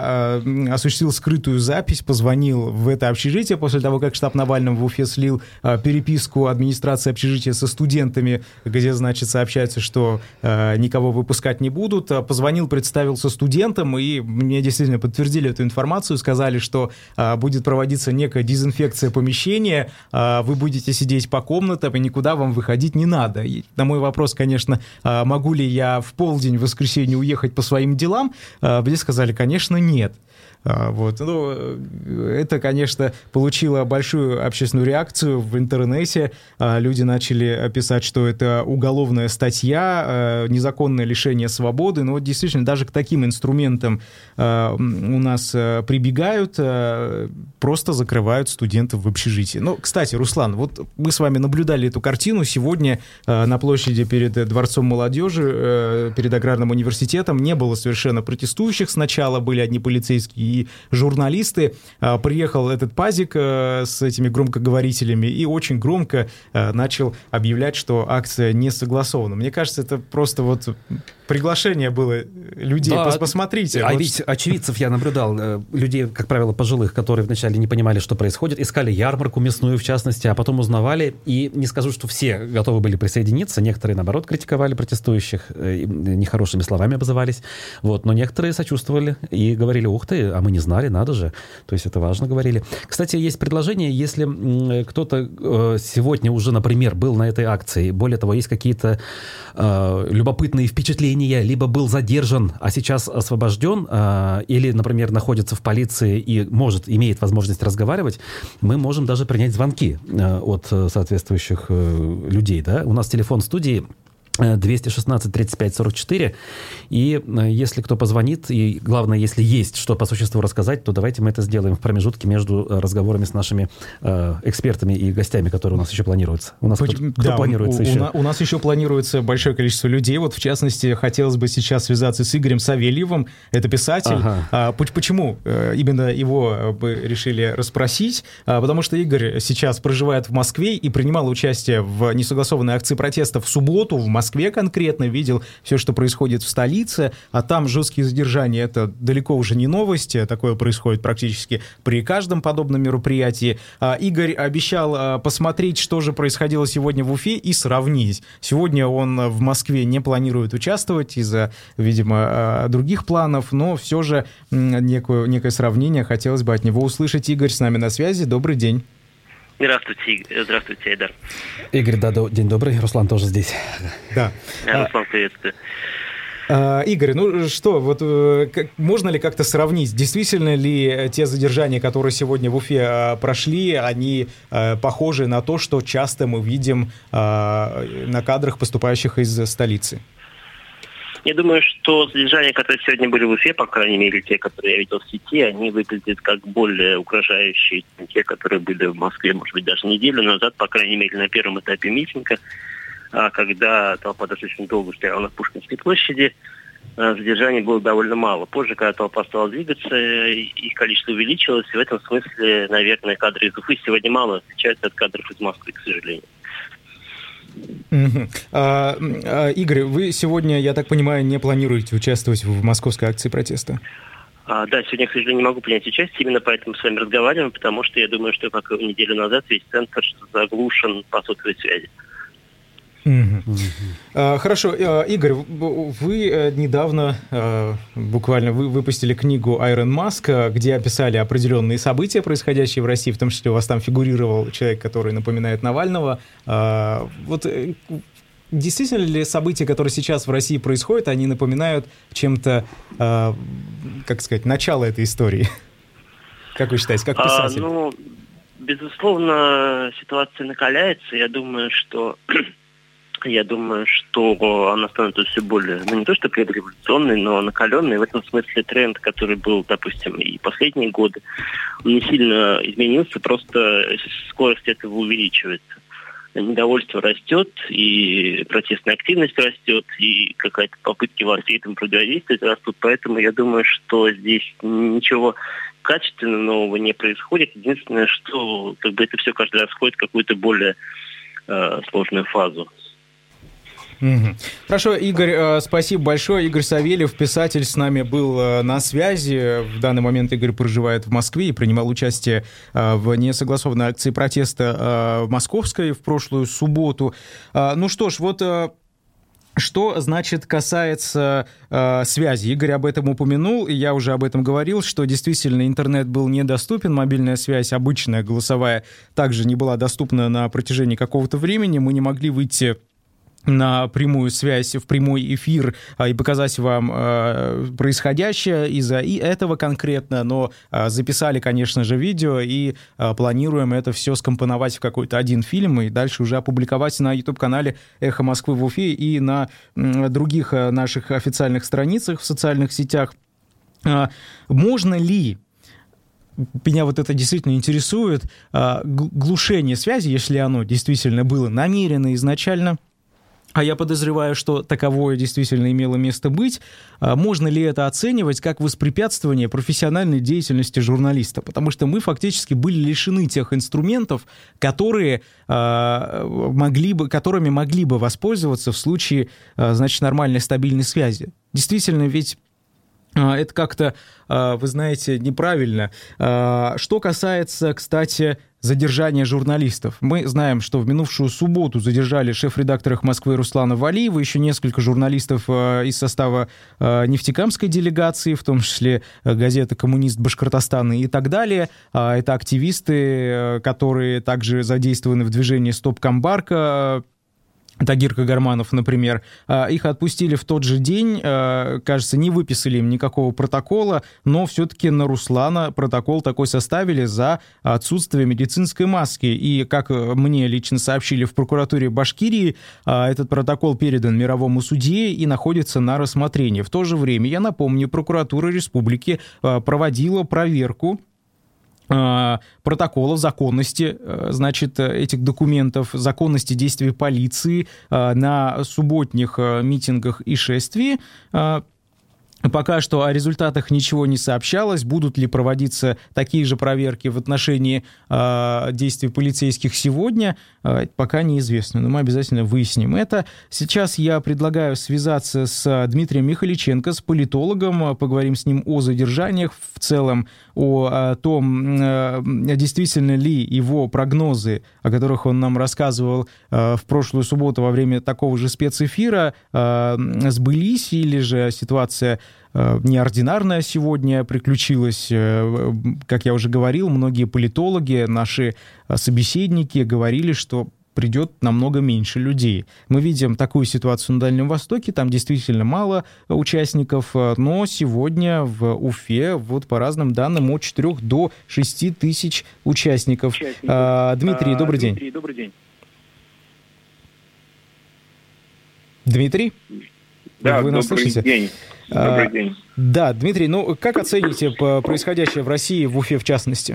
я uh, осуществил скрытую запись, позвонил в это общежитие после того, как штаб Навального в Уфе слил uh, переписку администрации общежития со студентами, где, значит, сообщается, что э, никого выпускать не будут. Позвонил, представился студентам, и мне действительно подтвердили эту информацию, сказали, что э, будет проводиться некая дезинфекция помещения, э, вы будете сидеть по комнатам, и никуда вам выходить не надо. И на мой вопрос, конечно, э, могу ли я в полдень в воскресенье уехать по своим делам, э, мне сказали, конечно, нет. Вот. Ну, это, конечно, получило большую общественную реакцию в интернете. Люди начали писать, что это уголовная статья, незаконное лишение свободы. Но вот действительно даже к таким инструментам у нас прибегают, просто закрывают студентов в общежитии. Ну, кстати, Руслан, вот мы с вами наблюдали эту картину. Сегодня на площади перед Дворцом молодежи, перед Аграрным университетом не было совершенно протестующих. Сначала были одни полицейские и журналисты. Приехал этот пазик с этими громкоговорителями и очень громко начал объявлять, что акция не согласована. Мне кажется, это просто вот приглашение было людей. Да, посмотрите. А вот. Ведь очевидцев я наблюдал, людей, как правило, пожилых, которые вначале не понимали, что происходит, искали ярмарку мясную, в частности, а потом узнавали. И не скажу, что все готовы были присоединиться. Некоторые, наоборот, критиковали протестующих, нехорошими словами обзывались. Вот. Но некоторые сочувствовали и говорили, ух ты, а мы не знали, надо же. То есть это важно, говорили. Кстати, есть предложение, если кто-то сегодня уже, например, был на этой акции, более того, есть какие-то э, любопытные впечатления, либо был задержан, а сейчас освобожден, э, или, например, находится в полиции и может, имеет возможность разговаривать, мы можем даже принять звонки э, от соответствующих э, людей. Да? У нас телефон студии двести шестнадцать тридцать пять сорок четыре, и если кто позвонит, и главное, если есть что по существу рассказать, то давайте мы это сделаем в промежутке между разговорами с нашими э, экспертами и гостями, которые у нас еще планируются. У нас кто, кто да, планируется у, еще? У, у нас еще планируется большое количество людей, вот в частности, хотелось бы сейчас связаться с Игорем Савельевым, это писатель. Ага. А, почему именно его бы решили расспросить? А, потому что Игорь сейчас проживает в Москве и принимал участие в несогласованной акции протеста в субботу в Москве. Москве конкретно, видел все, что происходит в столице, а там жесткие задержания — это далеко уже не новости, такое происходит практически при каждом подобном мероприятии. Игорь обещал посмотреть, что же происходило сегодня в Уфе, и сравнить. Сегодня он в Москве не планирует участвовать из-за, видимо, других планов, но все же некое, некое сравнение хотелось бы от него услышать. Игорь с нами на связи. Добрый день. Здравствуйте, здравствуйте, Айдар. Игорь, да, день добрый. Руслан тоже здесь. Да. Я, Руслан, приветствую. А, Игорь, ну что, вот как, можно ли как-то сравнить, действительно ли те задержания, которые сегодня в Уфе а, прошли, они а, похожи на то, что часто мы видим а, на кадрах, поступающих из столицы? Я думаю, что задержания, которые сегодня были в Уфе, по крайней мере, те, которые я видел в сети, они выглядят как более угрожающие, чем те, которые были в Москве, может быть, даже неделю назад, по крайней мере, на первом этапе митинга, когда толпа достаточно долго стояла на Пушкинской площади, задержаний было довольно мало. Позже, когда толпа стала двигаться, их количество увеличилось, и в этом смысле, наверное, кадры из Уфы сегодня мало отличаются от кадров из Москвы, к сожалению. Uh-huh. А, а, Игорь, вы сегодня, я так понимаю, не планируете участвовать в московской акции протеста? А, да, сегодня, к сожалению, не могу принять участие, именно поэтому с вами разговариваем, потому что я думаю, что, как и неделю назад, весь центр заглушен по сотовой связи. Uh-huh. Uh-huh. Хорошо, Игорь, вы недавно буквально вы выпустили книгу Iron Mask, где описали определенные события, происходящие в России, в том числе у вас там фигурировал человек, который напоминает Навального. Вот действительно ли события, которые сейчас в России происходят, они напоминают чем-то, как сказать, начало этой истории? Как вы считаете, как писатель? А, ну, безусловно, ситуация накаляется. Я думаю, что... Я думаю, что она становится все более, ну не то что предреволюционной, но накаленной. В этом смысле тренд, который был, допустим, и последние годы, он не сильно изменился, просто скорость этого увеличивается. Недовольство растет, и протестная активность растет, и какая-то попытки власти этому противодействовать растут. Поэтому я думаю, что здесь ничего качественно нового не происходит. Единственное, что как бы это все каждый раз входит в какую-то более э, сложную фазу. Угу. Хорошо, Игорь, спасибо большое. Игорь Савельев, писатель, с нами был на связи. В данный момент Игорь проживает в Москве и принимал участие в несогласованной акции протеста в Московской в прошлую субботу. Ну что ж, вот... Что, значит, касается э, связи? Игорь об этом упомянул, и я уже об этом говорил, что действительно интернет был недоступен, мобильная связь, обычная, голосовая, также не была доступна на протяжении какого-то времени. Мы не могли выйти на прямую связь, в прямой эфир а, и показать вам а, происходящее из-за и этого конкретно, но а, записали, конечно же, видео и а, планируем это все скомпоновать в какой-то один фильм и дальше уже опубликовать на YouTube-канале «Эхо Москвы» в Уфе и на м, других а, наших официальных страницах в социальных сетях. А, можно ли... Меня вот это действительно интересует, а, глушение связи, если оно действительно было намеренно изначально, а я подозреваю, что таковое действительно имело место быть, можно ли это оценивать как воспрепятствование профессиональной деятельности журналиста? Потому что мы фактически были лишены тех инструментов, которые, могли бы, которыми могли бы воспользоваться в случае, значит, нормальной стабильной связи. Действительно, ведь это как-то, вы знаете, неправильно. Что касается, кстати, задержания журналистов. Мы знаем, что в минувшую субботу задержали шеф-редактора «Эхо Москвы» Руслана Валиева, еще несколько журналистов из состава нефтекамской делегации, в том числе газеты «Коммунист Башкортостана» и так далее. Это активисты, которые также задействованы в движении «Стоп Камбарка», Тагир Кагарманов, например, их отпустили в тот же день, кажется, не выписали им никакого протокола, но все-таки на Руслана протокол такой составили за отсутствие медицинской маски. И, как мне лично сообщили в прокуратуре Башкирии, этот протокол передан мировому судье и находится на рассмотрении. В то же время, я напомню, прокуратура республики проводила проверку протоколов законности, значит, этих документов, законности действий полиции на субботних митингах и шествии. Пока что о результатах ничего не сообщалось. Будут ли проводиться такие же проверки в отношении э, действий полицейских сегодня, э, пока неизвестно. Но мы обязательно выясним это. Сейчас я предлагаю связаться с Дмитрием Михаличенко, с политологом. Поговорим с ним о задержаниях в целом, о, о том, э, действительно ли его прогнозы, о которых он нам рассказывал э, в прошлую субботу во время такого же спецэфира, э, сбылись, или же ситуация неординарная сегодня приключилась. Как я уже говорил, многие политологи, наши собеседники говорили, что придет намного меньше людей. Мы видим такую ситуацию на Дальнем Востоке, там действительно мало участников, но сегодня в Уфе, вот по разным данным, от четырёх до шести тысяч участников. участников. А, Дмитрий, добрый а, день. Дмитрий, добрый день. Дмитрий? Да, Вы нас добрый слышите? день. Добрый день. А, да, Дмитрий, ну как оцените происходящее в России, в Уфе в частности?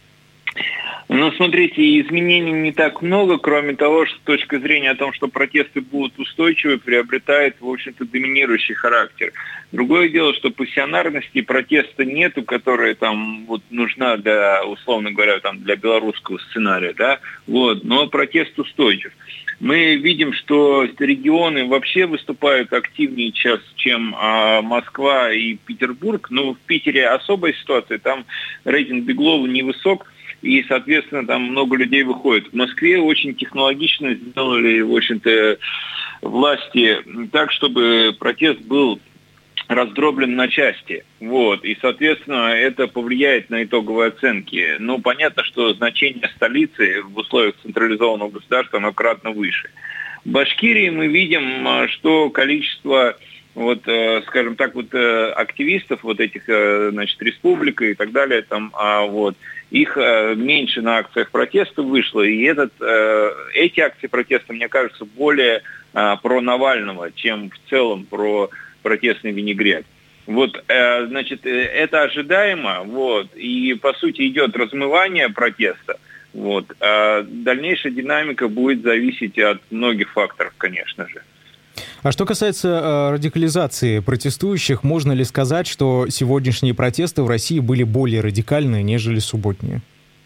Ну, смотрите, изменений не так много, кроме того, что с точки зрения о том, что протесты будут устойчивы, приобретает, в общем-то, доминирующий характер. Другое дело, что пассионарности протеста нету, которая там вот нужна для, условно говоря, там для белорусского сценария, да, вот, но протест устойчив. Мы видим, что регионы вообще выступают активнее сейчас, чем а, Москва и Петербург. Но в Питере особая ситуация, там рейтинг Беглова невысок, и, соответственно, там много людей выходит. В Москве очень технологично сделали, в общем-то, власти так, чтобы протест был раздроблен на части. Вот. И, соответственно, это повлияет на итоговые оценки. Но понятно, что значение столицы в условиях централизованного государства оно кратно выше. В Башкирии мы видим, что количество, вот, скажем так, вот, активистов, вот этих, значит, республика и так далее, там, вот, их меньше на акциях протеста вышло. И этот, эти акции протеста, мне кажется, более про Навального, чем в целом про протестный винегрет. Вот, э, значит, это ожидаемо, вот, и, по сути, идет размывание протеста, вот, а дальнейшая динамика будет зависеть от многих факторов, конечно же. А что касается э, радикализации протестующих, можно ли сказать, что сегодняшние протесты в России были более радикальные, нежели субботние?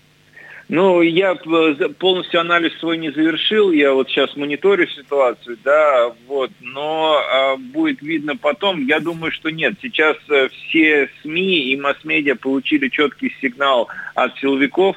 Ну, я полностью анализ свой не завершил, я вот сейчас мониторю ситуацию, да, вот, но а, будет видно потом. Я думаю, что нет. Сейчас а, все СМИ и масс-медиа получили четкий сигнал от силовиков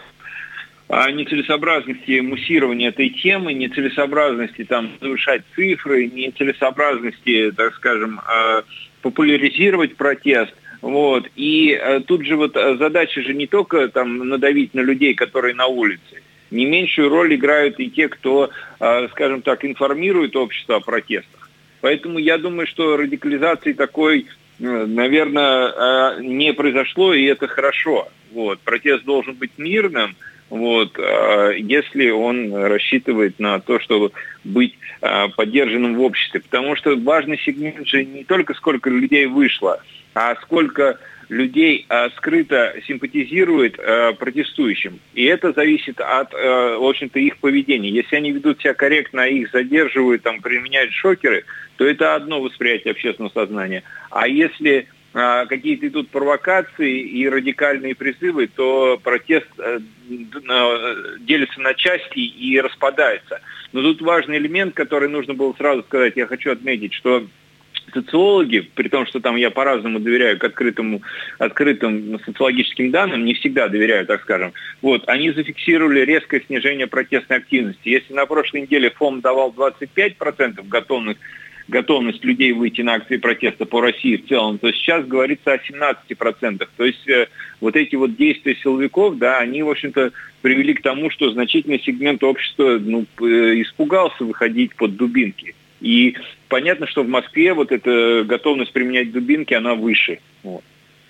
о нецелесообразности муссирования этой темы, нецелесообразности там завышать цифры, нецелесообразности, так скажем, а, популяризировать протест. Вот. И э, тут же вот задача же не только там надавить на людей, которые на улице. Не меньшую роль играют и те, кто, э, скажем так, информирует общество о протестах. Поэтому я думаю, что радикализации такой, э, наверное, э, не произошло, и это хорошо. Вот. Протест должен быть мирным, вот, э, если он рассчитывает на то, чтобы быть э, поддержанным в обществе. Потому что важный сегмент же не только сколько людей вышло, а сколько людей а, скрыто симпатизирует а, протестующим. И это зависит от, а, в общем-то, их поведения. Если они ведут себя корректно, а их задерживают, там, применяют шокеры, то это одно восприятие общественного сознания. А если а, какие-то идут провокации и радикальные призывы, то протест а, делится на части и распадается. Но тут важный элемент, который нужно было сразу сказать. Я хочу отметить, что социологи, при том, что там я по-разному доверяю к открытому, открытым социологическим данным, не всегда доверяю, так скажем, вот, они зафиксировали резкое снижение протестной активности. Если на прошлой неделе ФОМ давал двадцать пять процентов готовность, готовность людей выйти на акции протеста по России в целом, то сейчас говорится о семнадцати процентах. То есть э, вот эти вот действия силовиков, да, они, в общем-то, привели к тому, что значительный сегмент общества ну, э, испугался выходить под дубинки. И понятно, что в Москве вот эта готовность применять дубинки, она выше. Вот.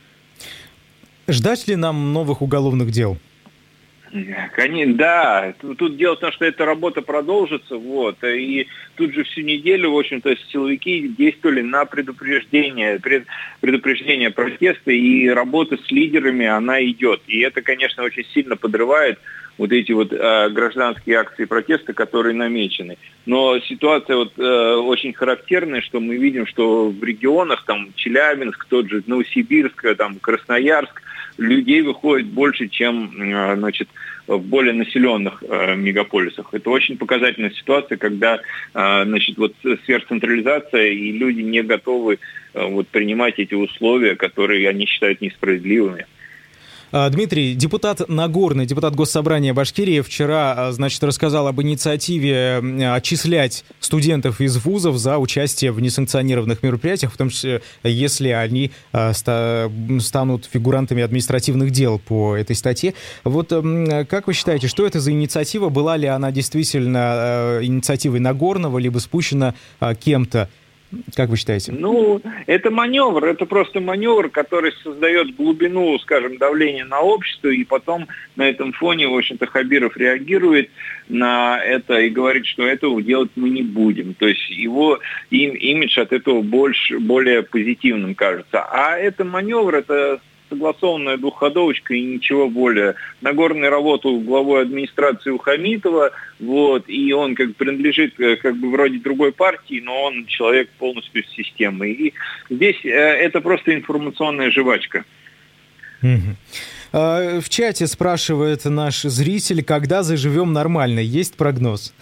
Ждать ли нам новых уголовных дел? Конечно, да. Тут дело в том, что эта работа продолжится. Вот, и тут же всю неделю, в общем-то, силовики действовали на предупреждение, пред, предупреждение протеста, и работа с лидерами, она идет. И это, конечно, очень сильно подрывает вот эти вот э, гражданские акции протеста, которые намечены. Но ситуация вот э, очень характерная, что мы видим, что в регионах, там Челябинск, тот же Новосибирск, там Красноярск, людей выходит больше, чем э, значит, в более населенных э, мегаполисах. Это очень показательная ситуация, когда э, значит, вот сверхцентрализация, и люди не готовы э, вот, принимать эти условия, которые они считают несправедливыми. Дмитрий, депутат Нагорный, депутат Госсобрания Башкирии, вчера, значит, рассказал об инициативе отчислять студентов из вузов за участие в несанкционированных мероприятиях, в том числе, если они станут фигурантами административных дел по этой статье. Вот как вы считаете, что это за инициатива? Была ли она действительно инициативой Нагорного, либо спущена кем-то? Как вы считаете? Ну, это маневр, это просто маневр, который создает глубину, скажем, давления на общество, и потом на этом фоне, в общем-то, Хабиров реагирует на это и говорит, что этого делать мы не будем. То есть его им, имидж от этого больше, более позитивным кажется. А это маневр, это согласованная двухходовочка и ничего более. Нагорный работал главой администрации у Хамитова, вот, и он как бы принадлежит как бы вроде другой партии, но он человек полностью с системой. И здесь э, это просто информационная жвачка. Mm-hmm. В чате спрашивает наш зритель, когда заживем нормально, есть прогноз?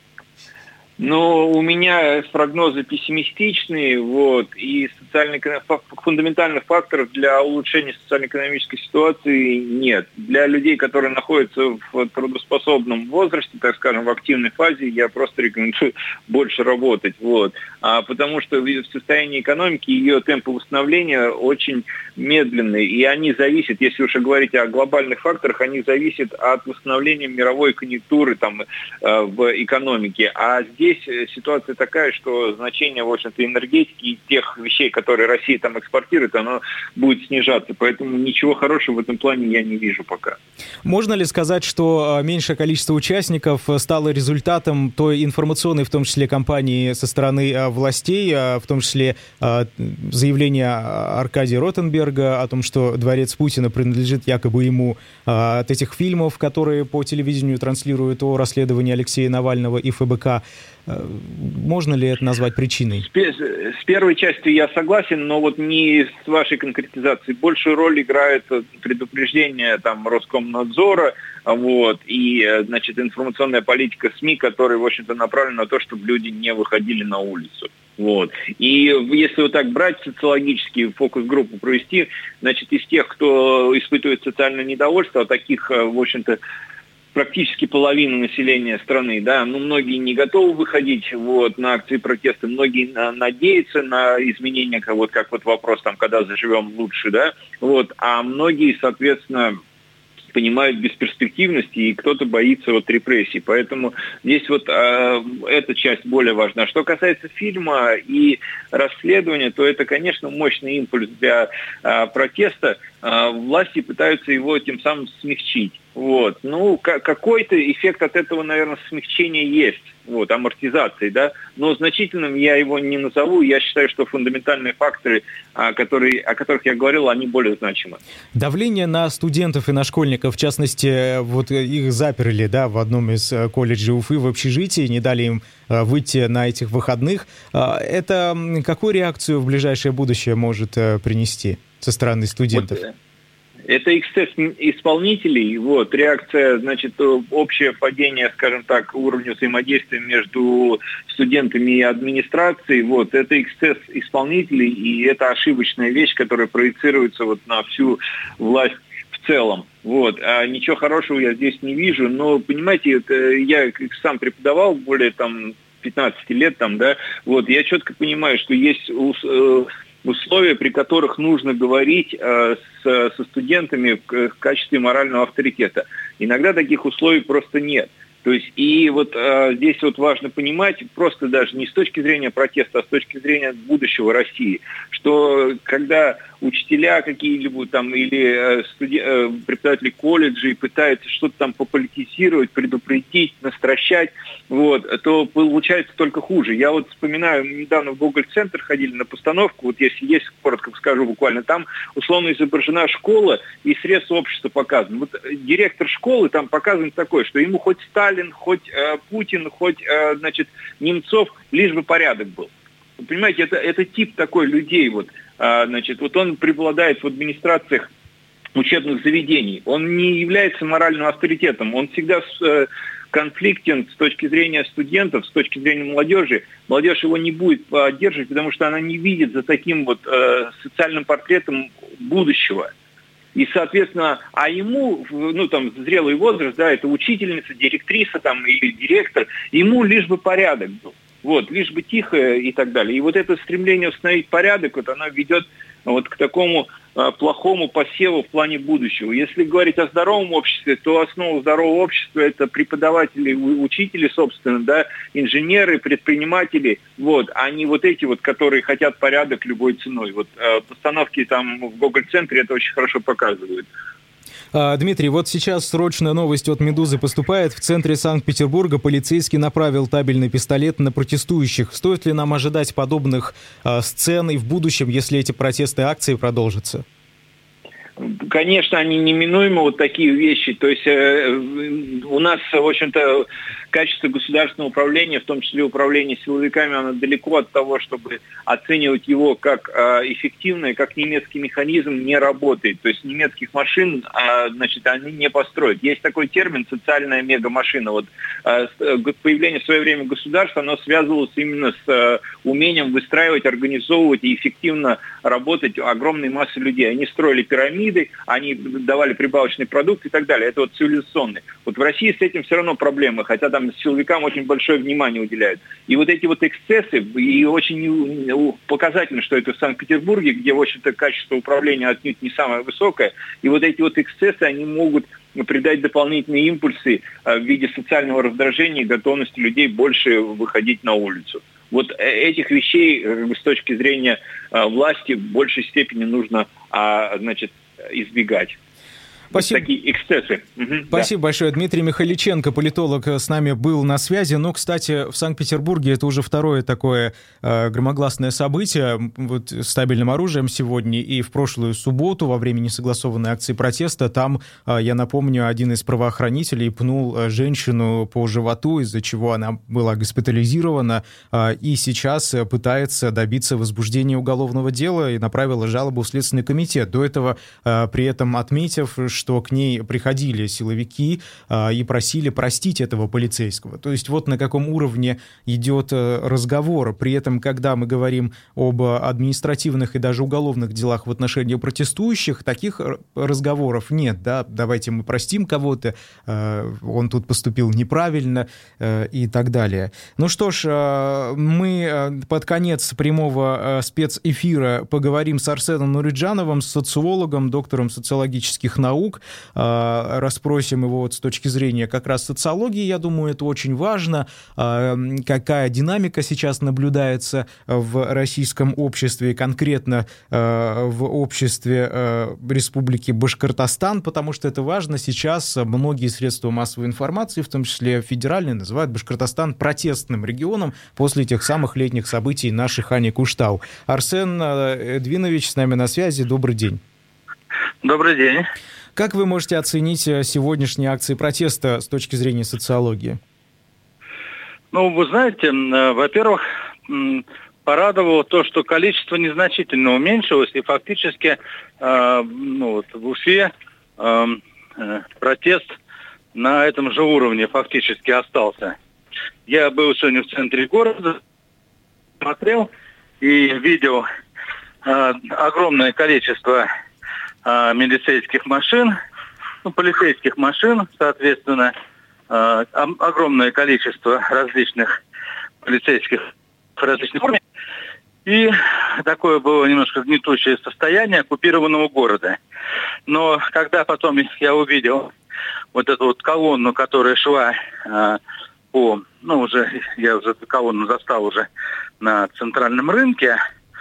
Но у меня прогнозы пессимистичные, вот, и фундаментальных факторов для улучшения социально-экономической ситуации нет. Для людей, которые находятся в трудоспособном возрасте, так скажем, в активной фазе, я просто рекомендую больше работать, вот. А потому что в состоянии экономики ее темпы восстановления очень медленные, и они зависят, если уж говорить о глобальных факторах, они зависят от восстановления мировой конъюнктуры там, в экономике. А здесь ситуация такая, что значение, в общем-то, энергетики и тех вещей, которые Россия там экспортирует, оно будет снижаться. Поэтому ничего хорошего в этом плане я не вижу пока. Можно ли сказать, что меньшее количество участников стало результатом той информационной, в том числе, кампании со стороны властей, в том числе заявления Аркадия Ротенберга о том, что дворец Путина принадлежит якобы ему, от этих фильмов, которые по телевидению транслируют о расследовании Алексея Навального и эф бэ ка? Можно ли это назвать причиной? С первой частью я согласен, но вот не с вашей конкретизацией. Большую роль играет предупреждение там, Роскомнадзора, вот, и, значит, информационная политика СМИ, которая, в общем-то, направлена на то, чтобы люди не выходили на улицу. Вот. И если вот так брать социологический фокус-группу провести, значит, из тех, кто испытывает социальное недовольство, а таких, в общем-то, практически половина населения страны, да, ну, многие не готовы выходить вот, на акции протеста, многие на, надеются на изменения, вот как вот вопрос, там, когда заживем лучше, да, вот, а многие, соответственно, понимают бесперспективность, и кто-то боится вот репрессий. Поэтому здесь вот э, эта часть более важна. Что касается фильма и расследования, то это, конечно, мощный импульс для э, протеста. Э, власти пытаются его тем самым смягчить. Вот. Ну, к- какой-то эффект от этого, наверное, смягчения есть. Вот, амортизации, да, но значительным я его не назову. Я считаю, что фундаментальные факторы, которые, о которых я говорил, они более значимы. Давление на студентов и на школьников, в частности, вот их заперли, да, в одном из колледжей Уфы в общежитии, не дали им выйти на этих выходных. Это какую реакцию в ближайшее будущее может принести со стороны студентов? Вот. Это эксцесс исполнителей, вот, реакция, значит, общее падение, скажем так, уровня взаимодействия между студентами и администрацией, вот, это эксцесс исполнителей, и это ошибочная вещь, которая проецируется вот на всю власть в целом. Вот. А ничего хорошего я здесь не вижу, но, понимаете, это я сам преподавал более там пятнадцать лет, там, да, вот, я четко понимаю, что есть условия, при которых нужно говорить э, с, со студентами в, в качестве морального авторитета. Иногда таких условий просто нет. То есть, и вот э, здесь вот важно понимать, просто даже не с точки зрения протеста, а с точки зрения будущего России, что когда учителя какие-либо там или студи- преподаватели колледжей пытаются что-то там пополитизировать, предупредить, настращать, вот, то получается только хуже. Я вот вспоминаю, недавно в Гоголь-центр ходили на постановку, вот если есть, коротко скажу буквально, там условно изображена школа и средства общества показаны. Вот директор школы там показан такой, что ему хоть Сталин, хоть э, Путин, хоть, э, значит, Немцов, лишь бы порядок был. Вы понимаете, это, это тип такой людей, вот, э, значит, вот он преобладает в администрациях учебных заведений. Он не является моральным авторитетом, он всегда э, конфликтен с точки зрения студентов, с точки зрения молодежи. Молодежь его не будет поддерживать, потому что она не видит за таким вот э, социальным портретом будущего. И, соответственно, а ему, ну, там, зрелый возраст, да, это учительница, директриса, там, или директор, ему лишь бы порядок был. Вот, лишь бы тихо и так далее. И вот это стремление установить порядок, вот оно ведет вот к такому а, плохому посеву в плане будущего. Если говорить о здоровом обществе, то основа здорового общества – это преподаватели, учители, собственно, да, инженеры, предприниматели, вот, а не вот эти вот, которые хотят порядок любой ценой. Вот а, постановки там в Гоголь-центре это очень хорошо показывают. Дмитрий, вот сейчас срочная новость от «Медузы» поступает. В центре Санкт-Петербурга полицейский направил табельный пистолет на протестующих. Стоит ли нам ожидать подобных э, сцен и в будущем, если эти протесты и акции продолжатся? Конечно, они неминуемы, вот такие вещи. То есть э, у нас, в общем-то, качество государственного управления, в том числе управление силовиками, оно далеко от того, чтобы оценивать его как э, эффективное, как немецкий механизм не работает. То есть немецких машин, э, значит, они не построят. Есть такой термин «социальная мегамашина». Вот э, появление в свое время государства, оно связывалось именно с э, умением выстраивать, организовывать и эффективно работать огромной массой людей. Они строили пирамиды, они давали прибавочный продукт и так далее. Это вот цивилизационный. Вот в России с этим все равно проблемы, хотя там силовикам очень большое внимание уделяют. И вот эти вот эксцессы, и очень показательно, что это в Санкт-Петербурге, где, в общем-то, качество управления отнюдь не самое высокое, и вот эти вот эксцессы, они могут придать дополнительные импульсы в виде социального раздражения и готовности людей больше выходить на улицу. Вот этих вещей с точки зрения власти в большей степени нужно, значит, избегать. Спасибо. Такие эксцессы. Угу, Спасибо да. большое. Дмитрий Михайличенко, политолог, с нами был на связи. Но, кстати, в Санкт-Петербурге это уже второе такое э, громогласное событие вот, с табельным оружием сегодня. И в прошлую субботу, во время несогласованной акции протеста, там, э, я напомню, один из правоохранителей пнул э, женщину по животу, из-за чего она была госпитализирована. Э, и сейчас пытается добиться возбуждения уголовного дела и направила жалобу в Следственный комитет. До этого, э, при этом отметив, что к ней приходили силовики а, и просили простить этого полицейского. То есть вот на каком уровне идет а, разговор. При этом, когда мы говорим об административных и даже уголовных делах в отношении протестующих, таких разговоров нет. Да? Давайте мы простим кого-то, а, он тут поступил неправильно а, и так далее. Ну что ж, а, мы под конец прямого а, спецэфира поговорим с Арсеном Нуриджановым, социологом, доктором социологических наук. Расспросим его вот с точки зрения как раз социологии. Я думаю, это очень важно. Какая динамика сейчас наблюдается в российском обществе, конкретно в обществе Республики Башкортостан, потому что это важно. Сейчас многие средства массовой информации, в том числе федеральные, называют Башкортостан протестным регионом после тех самых летних событий на Шихане-Куштау. Арсен Эдвинович с нами на связи. Добрый день. Добрый день. Как вы можете оценить сегодняшние акции протеста с точки зрения социологии? Ну, вы знаете, во-первых, порадовало то, что количество незначительно уменьшилось, и фактически э, ну, вот, в Уфе э, э, протест на этом же уровне фактически остался. Я был сегодня в центре города, смотрел и видел э, огромное количество э, милицейских машин, ну, полицейских машин, соответственно, э, огромное количество различных полицейских в различных формах. И такое было немножко гнетущее состояние оккупированного города. Но когда потом я увидел вот эту вот колонну, которая шла э, по, ну уже, я уже эту колонну застал уже на центральном рынке,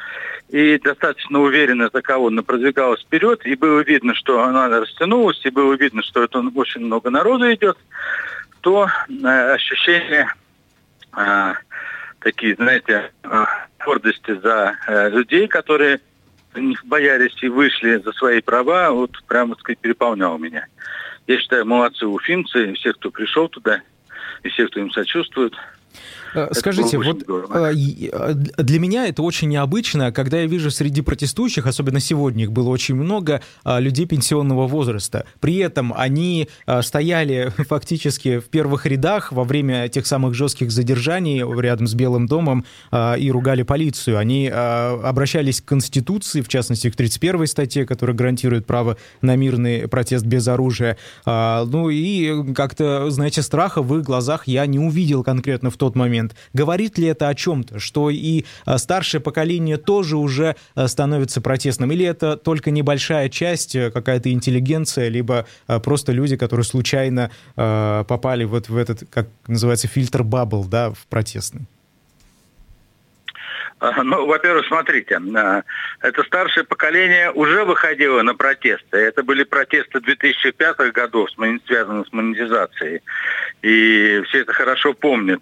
и достаточно уверенно таково продвигалась вперед, и было видно, что она растянулась, и было видно, что это очень много народу идет, то э, ощущение э, такие, знаете, э, гордости за э, людей, которые не боялись и вышли за свои права, вот прямо, так сказать, переполняло меня. Я считаю, молодцы уфимцы, все, кто пришел туда, и все, кто им сочувствует. Скажите, вот здорово. Для меня это очень необычно, когда я вижу среди протестующих, особенно сегодня их было очень много, людей пенсионного возраста. При этом они стояли фактически в первых рядах во время тех самых жестких задержаний рядом с Белым домом и ругали полицию. Они обращались к Конституции, в частности, к тридцать первой статье, которая гарантирует право на мирный протест без оружия. Ну и как-то, знаете, страха в их глазах я не увидел конкретно в тот момент. Говорит ли это о чем-то, что и старшее поколение тоже уже становится протестным? Или это только небольшая часть, какая-то интеллигенция, либо просто люди, которые случайно попали вот в этот, как называется, фильтр бабл, да, в протестный? Ну, во-первых, смотрите, это старшее поколение уже выходило на протесты. Это были протесты две тысячи пятых годов, связанные с монетизацией. И все это хорошо помнят.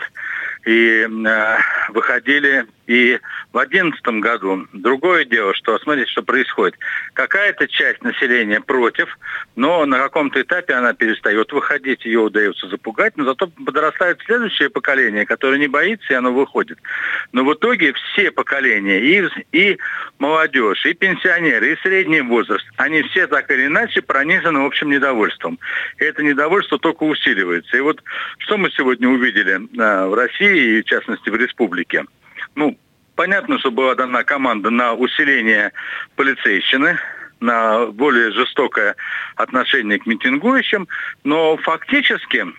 И э, выходили и в две тысячи одиннадцатом году. Другое дело, что, смотрите, что происходит. Какая-то часть населения против, но на каком-то этапе она перестает выходить, ее удается запугать, но зато подрастает следующее поколение, которое не боится, и оно выходит. Но в итоге все поколения, и, и молодежь, и пенсионеры, и средний возраст, они все так или иначе пронизаны общим недовольством. И это недовольство только усиливается. И вот что мы сегодня увидели э, в России, и в частности в республике. Ну, понятно, что была дана команда на усиление полицейщины, на более жестокое отношение к митингующим, но фактически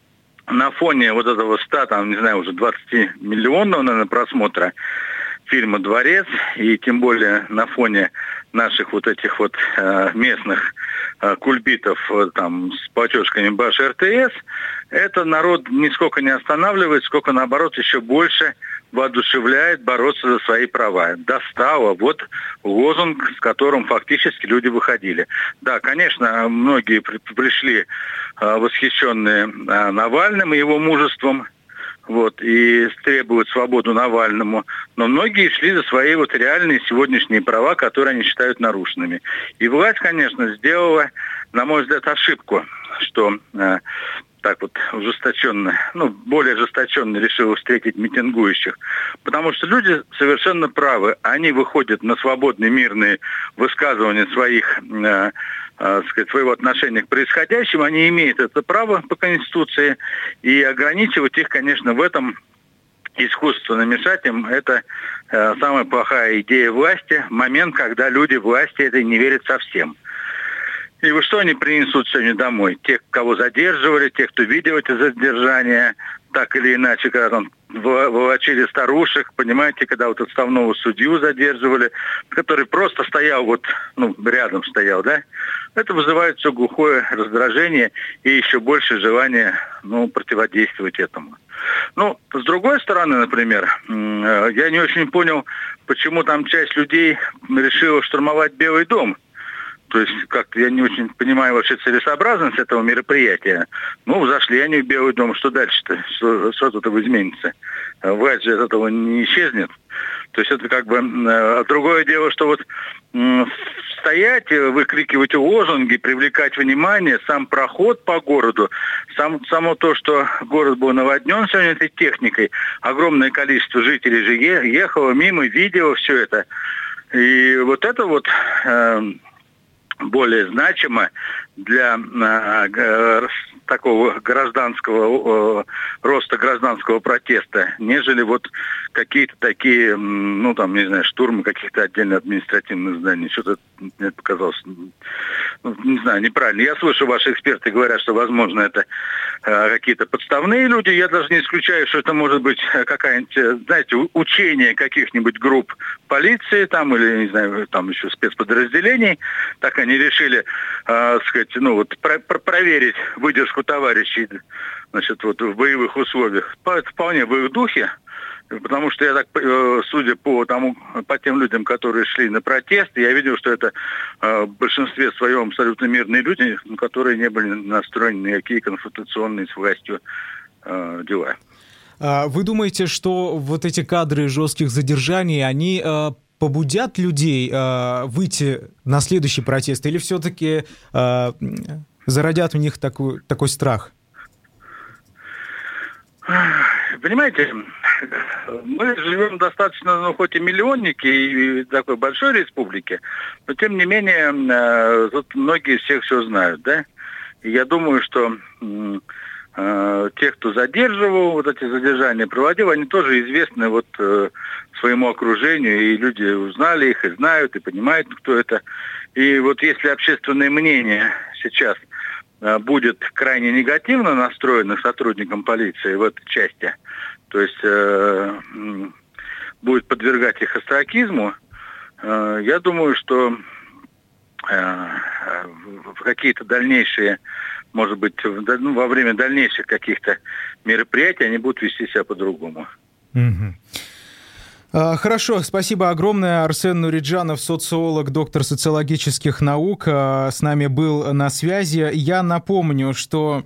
на фоне вот этого ста, там, не знаю, уже двадцатимиллионного, наверное, просмотра фильма «Дворец», и тем более на фоне наших вот этих вот э, местных э, кульбитов э, там с платежками Баш эр тэ эс, это народ нисколько не останавливает, сколько наоборот еще больше воодушевляет бороться за свои права. Достало вот лозунг, с которым фактически люди выходили. Да, конечно, многие при- пришли э, восхищенные э, Навальным и его мужеством, вот, и требуют свободу Навальному, но многие шли за свои вот реальные сегодняшние права, которые они считают нарушенными. И власть, конечно, сделала, на мой взгляд, ошибку, что э, так вот ужесточенно, ну, более ожесточенно решила встретить митингующих, потому что люди совершенно правы. Они выходят на свободные мирные высказывания своих э, э, сказать, своего отношения к происходящему, они имеют это право по Конституции, и ограничивать их, конечно, в этом искусственно мешать им, это э, самая плохая идея власти, момент, когда люди власти этой не верят совсем. И вот что они принесут сегодня домой? Тех, кого задерживали, тех, кто видел эти задержания, так или иначе, когда там волочили старушек, понимаете, когда вот отставного судью задерживали, который просто стоял вот, ну, рядом стоял, да, это вызывает все глухое раздражение и еще больше желание, ну, противодействовать этому. Ну, с другой стороны, например, я не очень понял, почему там часть людей решила штурмовать Белый дом. То есть, как-то я не очень понимаю вообще целесообразность этого мероприятия. Ну, зашли они в Белый дом, что дальше-то? Что, что тут изменится? Власть же от этого не исчезнет. То есть, это как бы... Э, другое дело, что вот э, стоять, выкрикивать лозунги, привлекать внимание, сам проход по городу, сам, само то, что город был наводнен сегодня этой техникой, огромное количество жителей же е- ехало мимо, видело все это. И вот это вот... Э, более значимо для э, такого гражданского, э, роста гражданского протеста, нежели вот какие-то такие, ну там, не знаю, штурмы каких-то отдельных административных зданий. Что-то мне показалось, ну, не знаю, неправильно. Я слышу, ваши эксперты говорят, что, возможно, это э, какие-то подставные люди. Я даже не исключаю, что это может быть какая-нибудь, знаете, учение каких-нибудь групп полиции там или, не знаю, там еще спецподразделений. Так они решили, э, сказать, сказать, ну вот про- про- проверить выдержку товарищей, значит, вот в боевых условиях. Это вполне в их духе, потому что я так, судя по тому, по тем людям, которые шли на протест, я видел, что это в большинстве своем абсолютно мирные люди, которые не были настроены на какие конфронтационные с властью дела. Вы думаете, что вот эти кадры жестких задержаний, они побудят людей э, выйти на следующий протест, или все-таки э, зародят в них такой, такой страх? Понимаете, мы живем достаточно, ну, хоть и миллионники, и такой большой республике, но тем не менее, э, тут многие всех все знают, да? И я думаю, что э, те, кто задерживал, вот эти задержания проводил, они тоже известны вот э, своему окружению, и люди узнали их, и знают, и понимают, кто это. И вот если общественное мнение сейчас э, будет крайне негативно настроено к сотрудникам полиции в этой части, то есть э, будет подвергать их остракизму, э, я думаю, что э, в какие-то дальнейшие, может быть, в, ну, во время дальнейших каких-то мероприятий они будут вести себя по-другому. Mm-hmm. Хорошо, спасибо огромное. Арсен Нуриджанов, социолог, доктор социологических наук, с нами был на связи. Я напомню, что...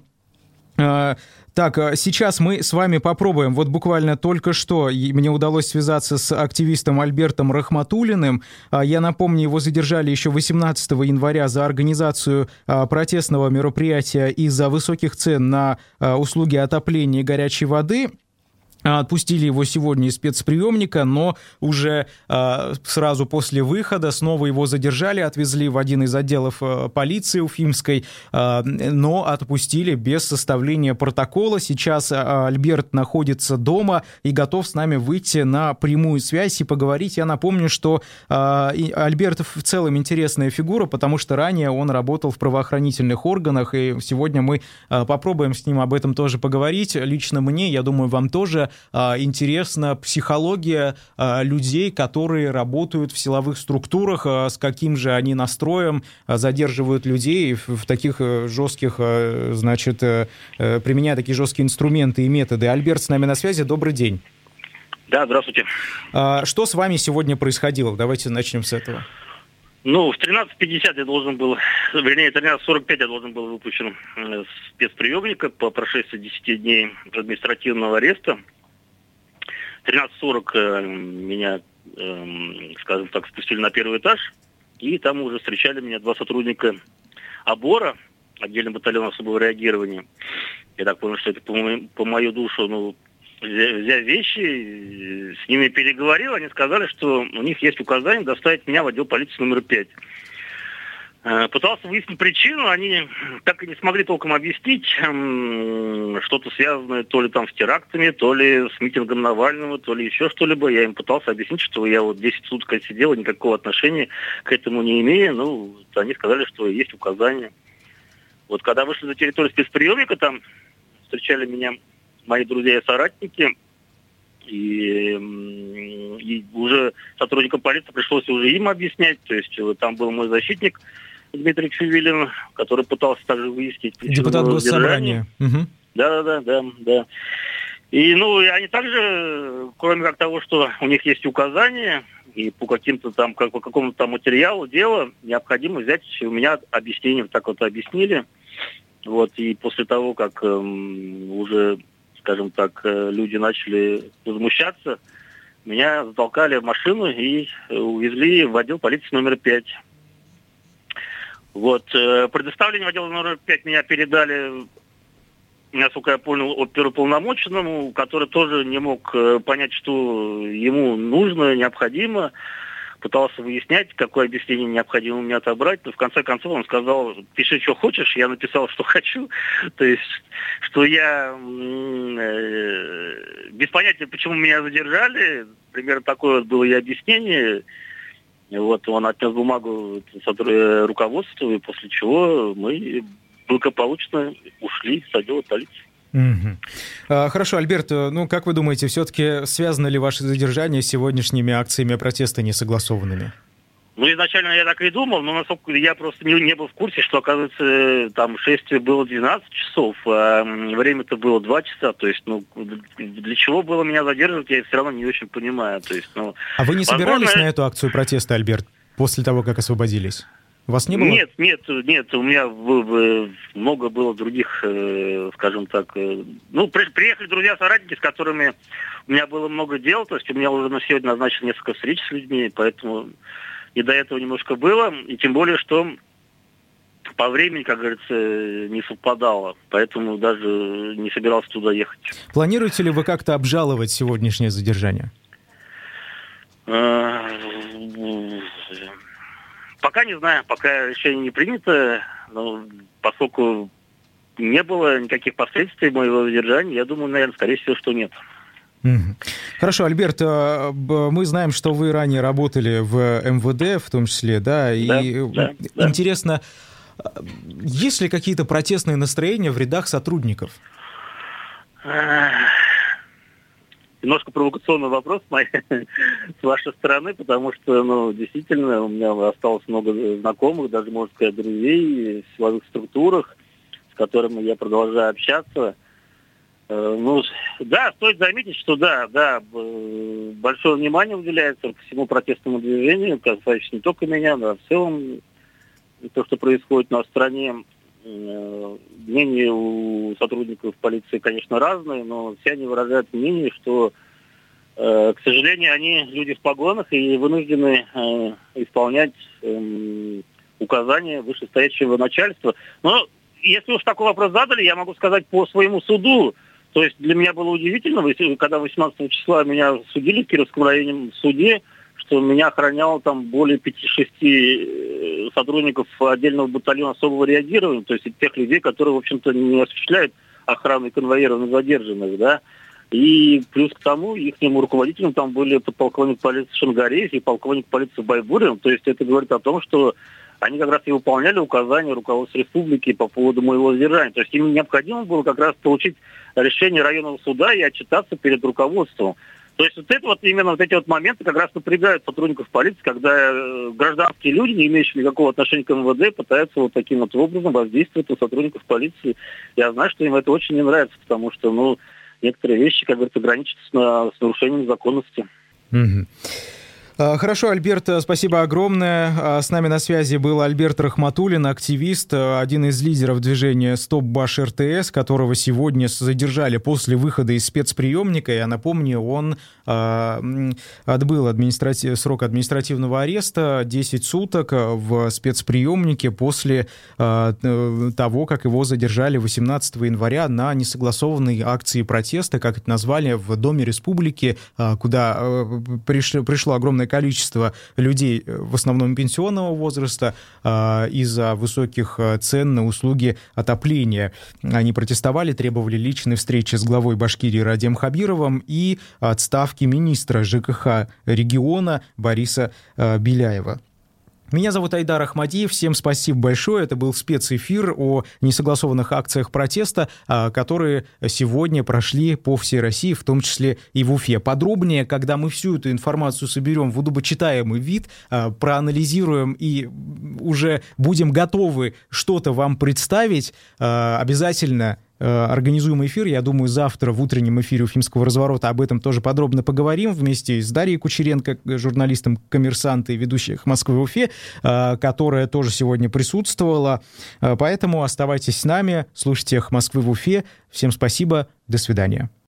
Так, сейчас мы с вами попробуем. Вот буквально только что мне удалось связаться с активистом Альбертом Рахматуллиным. Я напомню, его задержали еще восемнадцатого января за организацию протестного мероприятия из-за высоких цен на услуги отопления и горячей воды. Отпустили его сегодня из спецприемника, но уже э, сразу после выхода снова его задержали, отвезли в один из отделов э, полиции уфимской, э, но отпустили без составления протокола. Сейчас э, Альберт находится дома и готов с нами выйти на прямую связь и поговорить. Я напомню, что э, Альберт в целом интересная фигура, потому что ранее он работал в правоохранительных органах, и сегодня мы э, попробуем с ним об этом тоже поговорить. Лично мне, я думаю, вам тоже интересна психология людей, которые работают в силовых структурах, с каким же они настроем задерживают людей в таких жестких, значит, применяя такие жесткие инструменты и методы. Альберт с нами на связи. Добрый день. Да, здравствуйте. Что с вами сегодня происходило? Давайте начнем с этого. Ну, в тринадцать пятьдесят я должен был, вернее, тринадцать сорок пять я должен был выпущен с спецприемника по прошествии десяти дней административного ареста. В тринадцать сорок э, меня, э, скажем так, спустили на первый этаж, и там уже встречали меня два сотрудника ОБОРа, отдельного батальона особого реагирования. Я так понял, что это по, мо- по мою душу, ну, взяв вещи, с ними переговорил, они сказали, что у них есть указание доставить меня в отдел полиции номер пять. Пытался выяснить причину, они так и не смогли толком объяснить, что-то связанное то ли там с терактами, то ли с митингом Навального, то ли еще что-либо. Я им пытался объяснить, что я вот десять суток отсидел, никакого отношения к этому не имею. Ну, они сказали, что есть указание. Вот когда вышли за территорию спецприемника, там встречали меня мои друзья и соратники, и, и уже сотрудникам полиции пришлось уже им объяснять. То есть там был мой защитник Дмитрий Чувилин, который пытался также выяснить причину. Депутат Госсобрания. Угу. Да, да, да, да. И ну и они также, кроме как того, что у них есть указания, и по каким-то там, как по какому-то там материалу дела, необходимо взять у меня объяснение, так вот объяснили. Вот, и после того, как эм, уже, скажем так, люди начали возмущаться, меня затолкали в машину и увезли в отдел полиции номер пять. Вот. Предоставление в отдел номер пять меня передали, насколько я понял, оперуполномоченному, который тоже не мог понять, что ему нужно, необходимо. Пытался выяснять, какое объяснение необходимо мне отобрать, но в конце концов он сказал: пиши, что хочешь. Я написал, что хочу. То есть, что я э, без понятия, почему меня задержали. Примерно такое вот было и объяснение. Вот он отнес бумагу руководству, и после чего мы благополучно ушли с отдела полиции. Угу. Хорошо, Альберт, ну как вы думаете, все-таки связано ли ваше задержание с сегодняшними акциями протеста несогласованными? Ну, изначально я так и думал, но насколько я просто не, не был в курсе, что, оказывается, там шествие было двенадцать часов, а время-то было два часа. То есть, ну, для чего было меня задерживать, я все равно не очень понимаю. То есть, ну, а вы не собирались возможно... на эту акцию протеста, Альберт, после того, как освободились? Вас не было? Нет, нет, нет, у меня много было других, скажем так, ну, приехали друзья-соратники, с которыми у меня было много дел, то есть у меня уже на сегодня назначено несколько встреч с людьми, поэтому и до этого немножко было, и тем более, что по времени, как говорится, не совпадало, поэтому даже не собирался туда ехать. Планируете ли вы как-то обжаловать сегодняшнее задержание? Пока не знаю, пока решение не принято, но поскольку не было никаких последствий моего задержания, я думаю, наверное, скорее всего, что нет. Хорошо, Альберт, мы знаем, что вы ранее работали в эм вэ дэ, в том числе, да, и да, да, интересно, да. Есть ли какие-то протестные настроения в рядах сотрудников? Немножко провокационный вопрос с вашей стороны, потому что, ну, действительно, у меня осталось много знакомых, даже, можно сказать, друзей в силовых структурах, с которыми я продолжаю общаться. Ну, да, стоит заметить, что да, да, большое внимание уделяется всему протестному движению, касающемуся не только меня, но и в целом то, что происходит на стране. Мнения у сотрудников полиции, конечно, разные, но все они выражают мнение, что, к сожалению, они люди в погонах и вынуждены исполнять указания вышестоящего начальства. Но если уж такой вопрос задали, я могу сказать по своему суду. То есть для меня было удивительно, когда восемнадцатого числа меня судили в Кировском районном суде, что меня охраняло там более пяти-шести сотрудников отдельного батальона особого реагирования, то есть тех людей, которые, в общем-то, не осуществляют охрану и конвоирование задержанных, да. И плюс к тому, их руководителем там были подполковник полиции Шангареев и полковник полиции Байбурин. То есть это говорит о том, что они как раз и выполняли указания руководства республики по поводу моего задержания. То есть им необходимо было как раз получить решение районного суда и отчитаться перед руководством. То есть вот это вот именно вот эти вот моменты как раз напрягают сотрудников полиции, когда гражданские люди, не имеющие никакого отношения к эм вэ дэ, пытаются вот таким вот образом воздействовать на сотрудников полиции. Я знаю, что им это очень не нравится, потому что, ну, некоторые вещи, как говорится, граничат с, с нарушением законности. Mm-hmm. Хорошо, Альберт, спасибо огромное. С нами на связи был Альберт Рахматуллин, активист, один из лидеров движения «Стоп Баш эр тэ эс», которого сегодня задержали после выхода из спецприемника. Я напомню, он э, отбыл административ... срок административного ареста десять суток в спецприемнике после э, того, как его задержали восемнадцатого января на несогласованной акции протеста, как это назвали, в Доме Республики, э, куда э, пришло, пришло огромное количество людей, в основном пенсионного возраста, из-за высоких цен на услуги отопления. Они протестовали, требовали личной встречи с главой Башкирии Радем Хабировым и отставки министра жэ ка ха региона Бориса Беляева. Меня зовут Айдар Ахмадиев. Всем спасибо большое. Это был спецэфир о несогласованных акциях протеста, которые сегодня прошли по всей России, в том числе и в Уфе. Подробнее, когда мы всю эту информацию соберем в удобочитаемый вид, проанализируем и уже будем готовы что-то вам представить, обязательно организуем эфир. Я думаю, завтра в утреннем эфире Уфимского разворота об этом тоже подробно поговорим вместе с Дарьей Кучеренко, журналистом «Коммерсанта» и ведущей «Эхо Москвы» в Уфе, которая тоже сегодня присутствовала. Поэтому оставайтесь с нами, слушайте «Эхо Москвы» в Уфе. Всем спасибо, до свидания.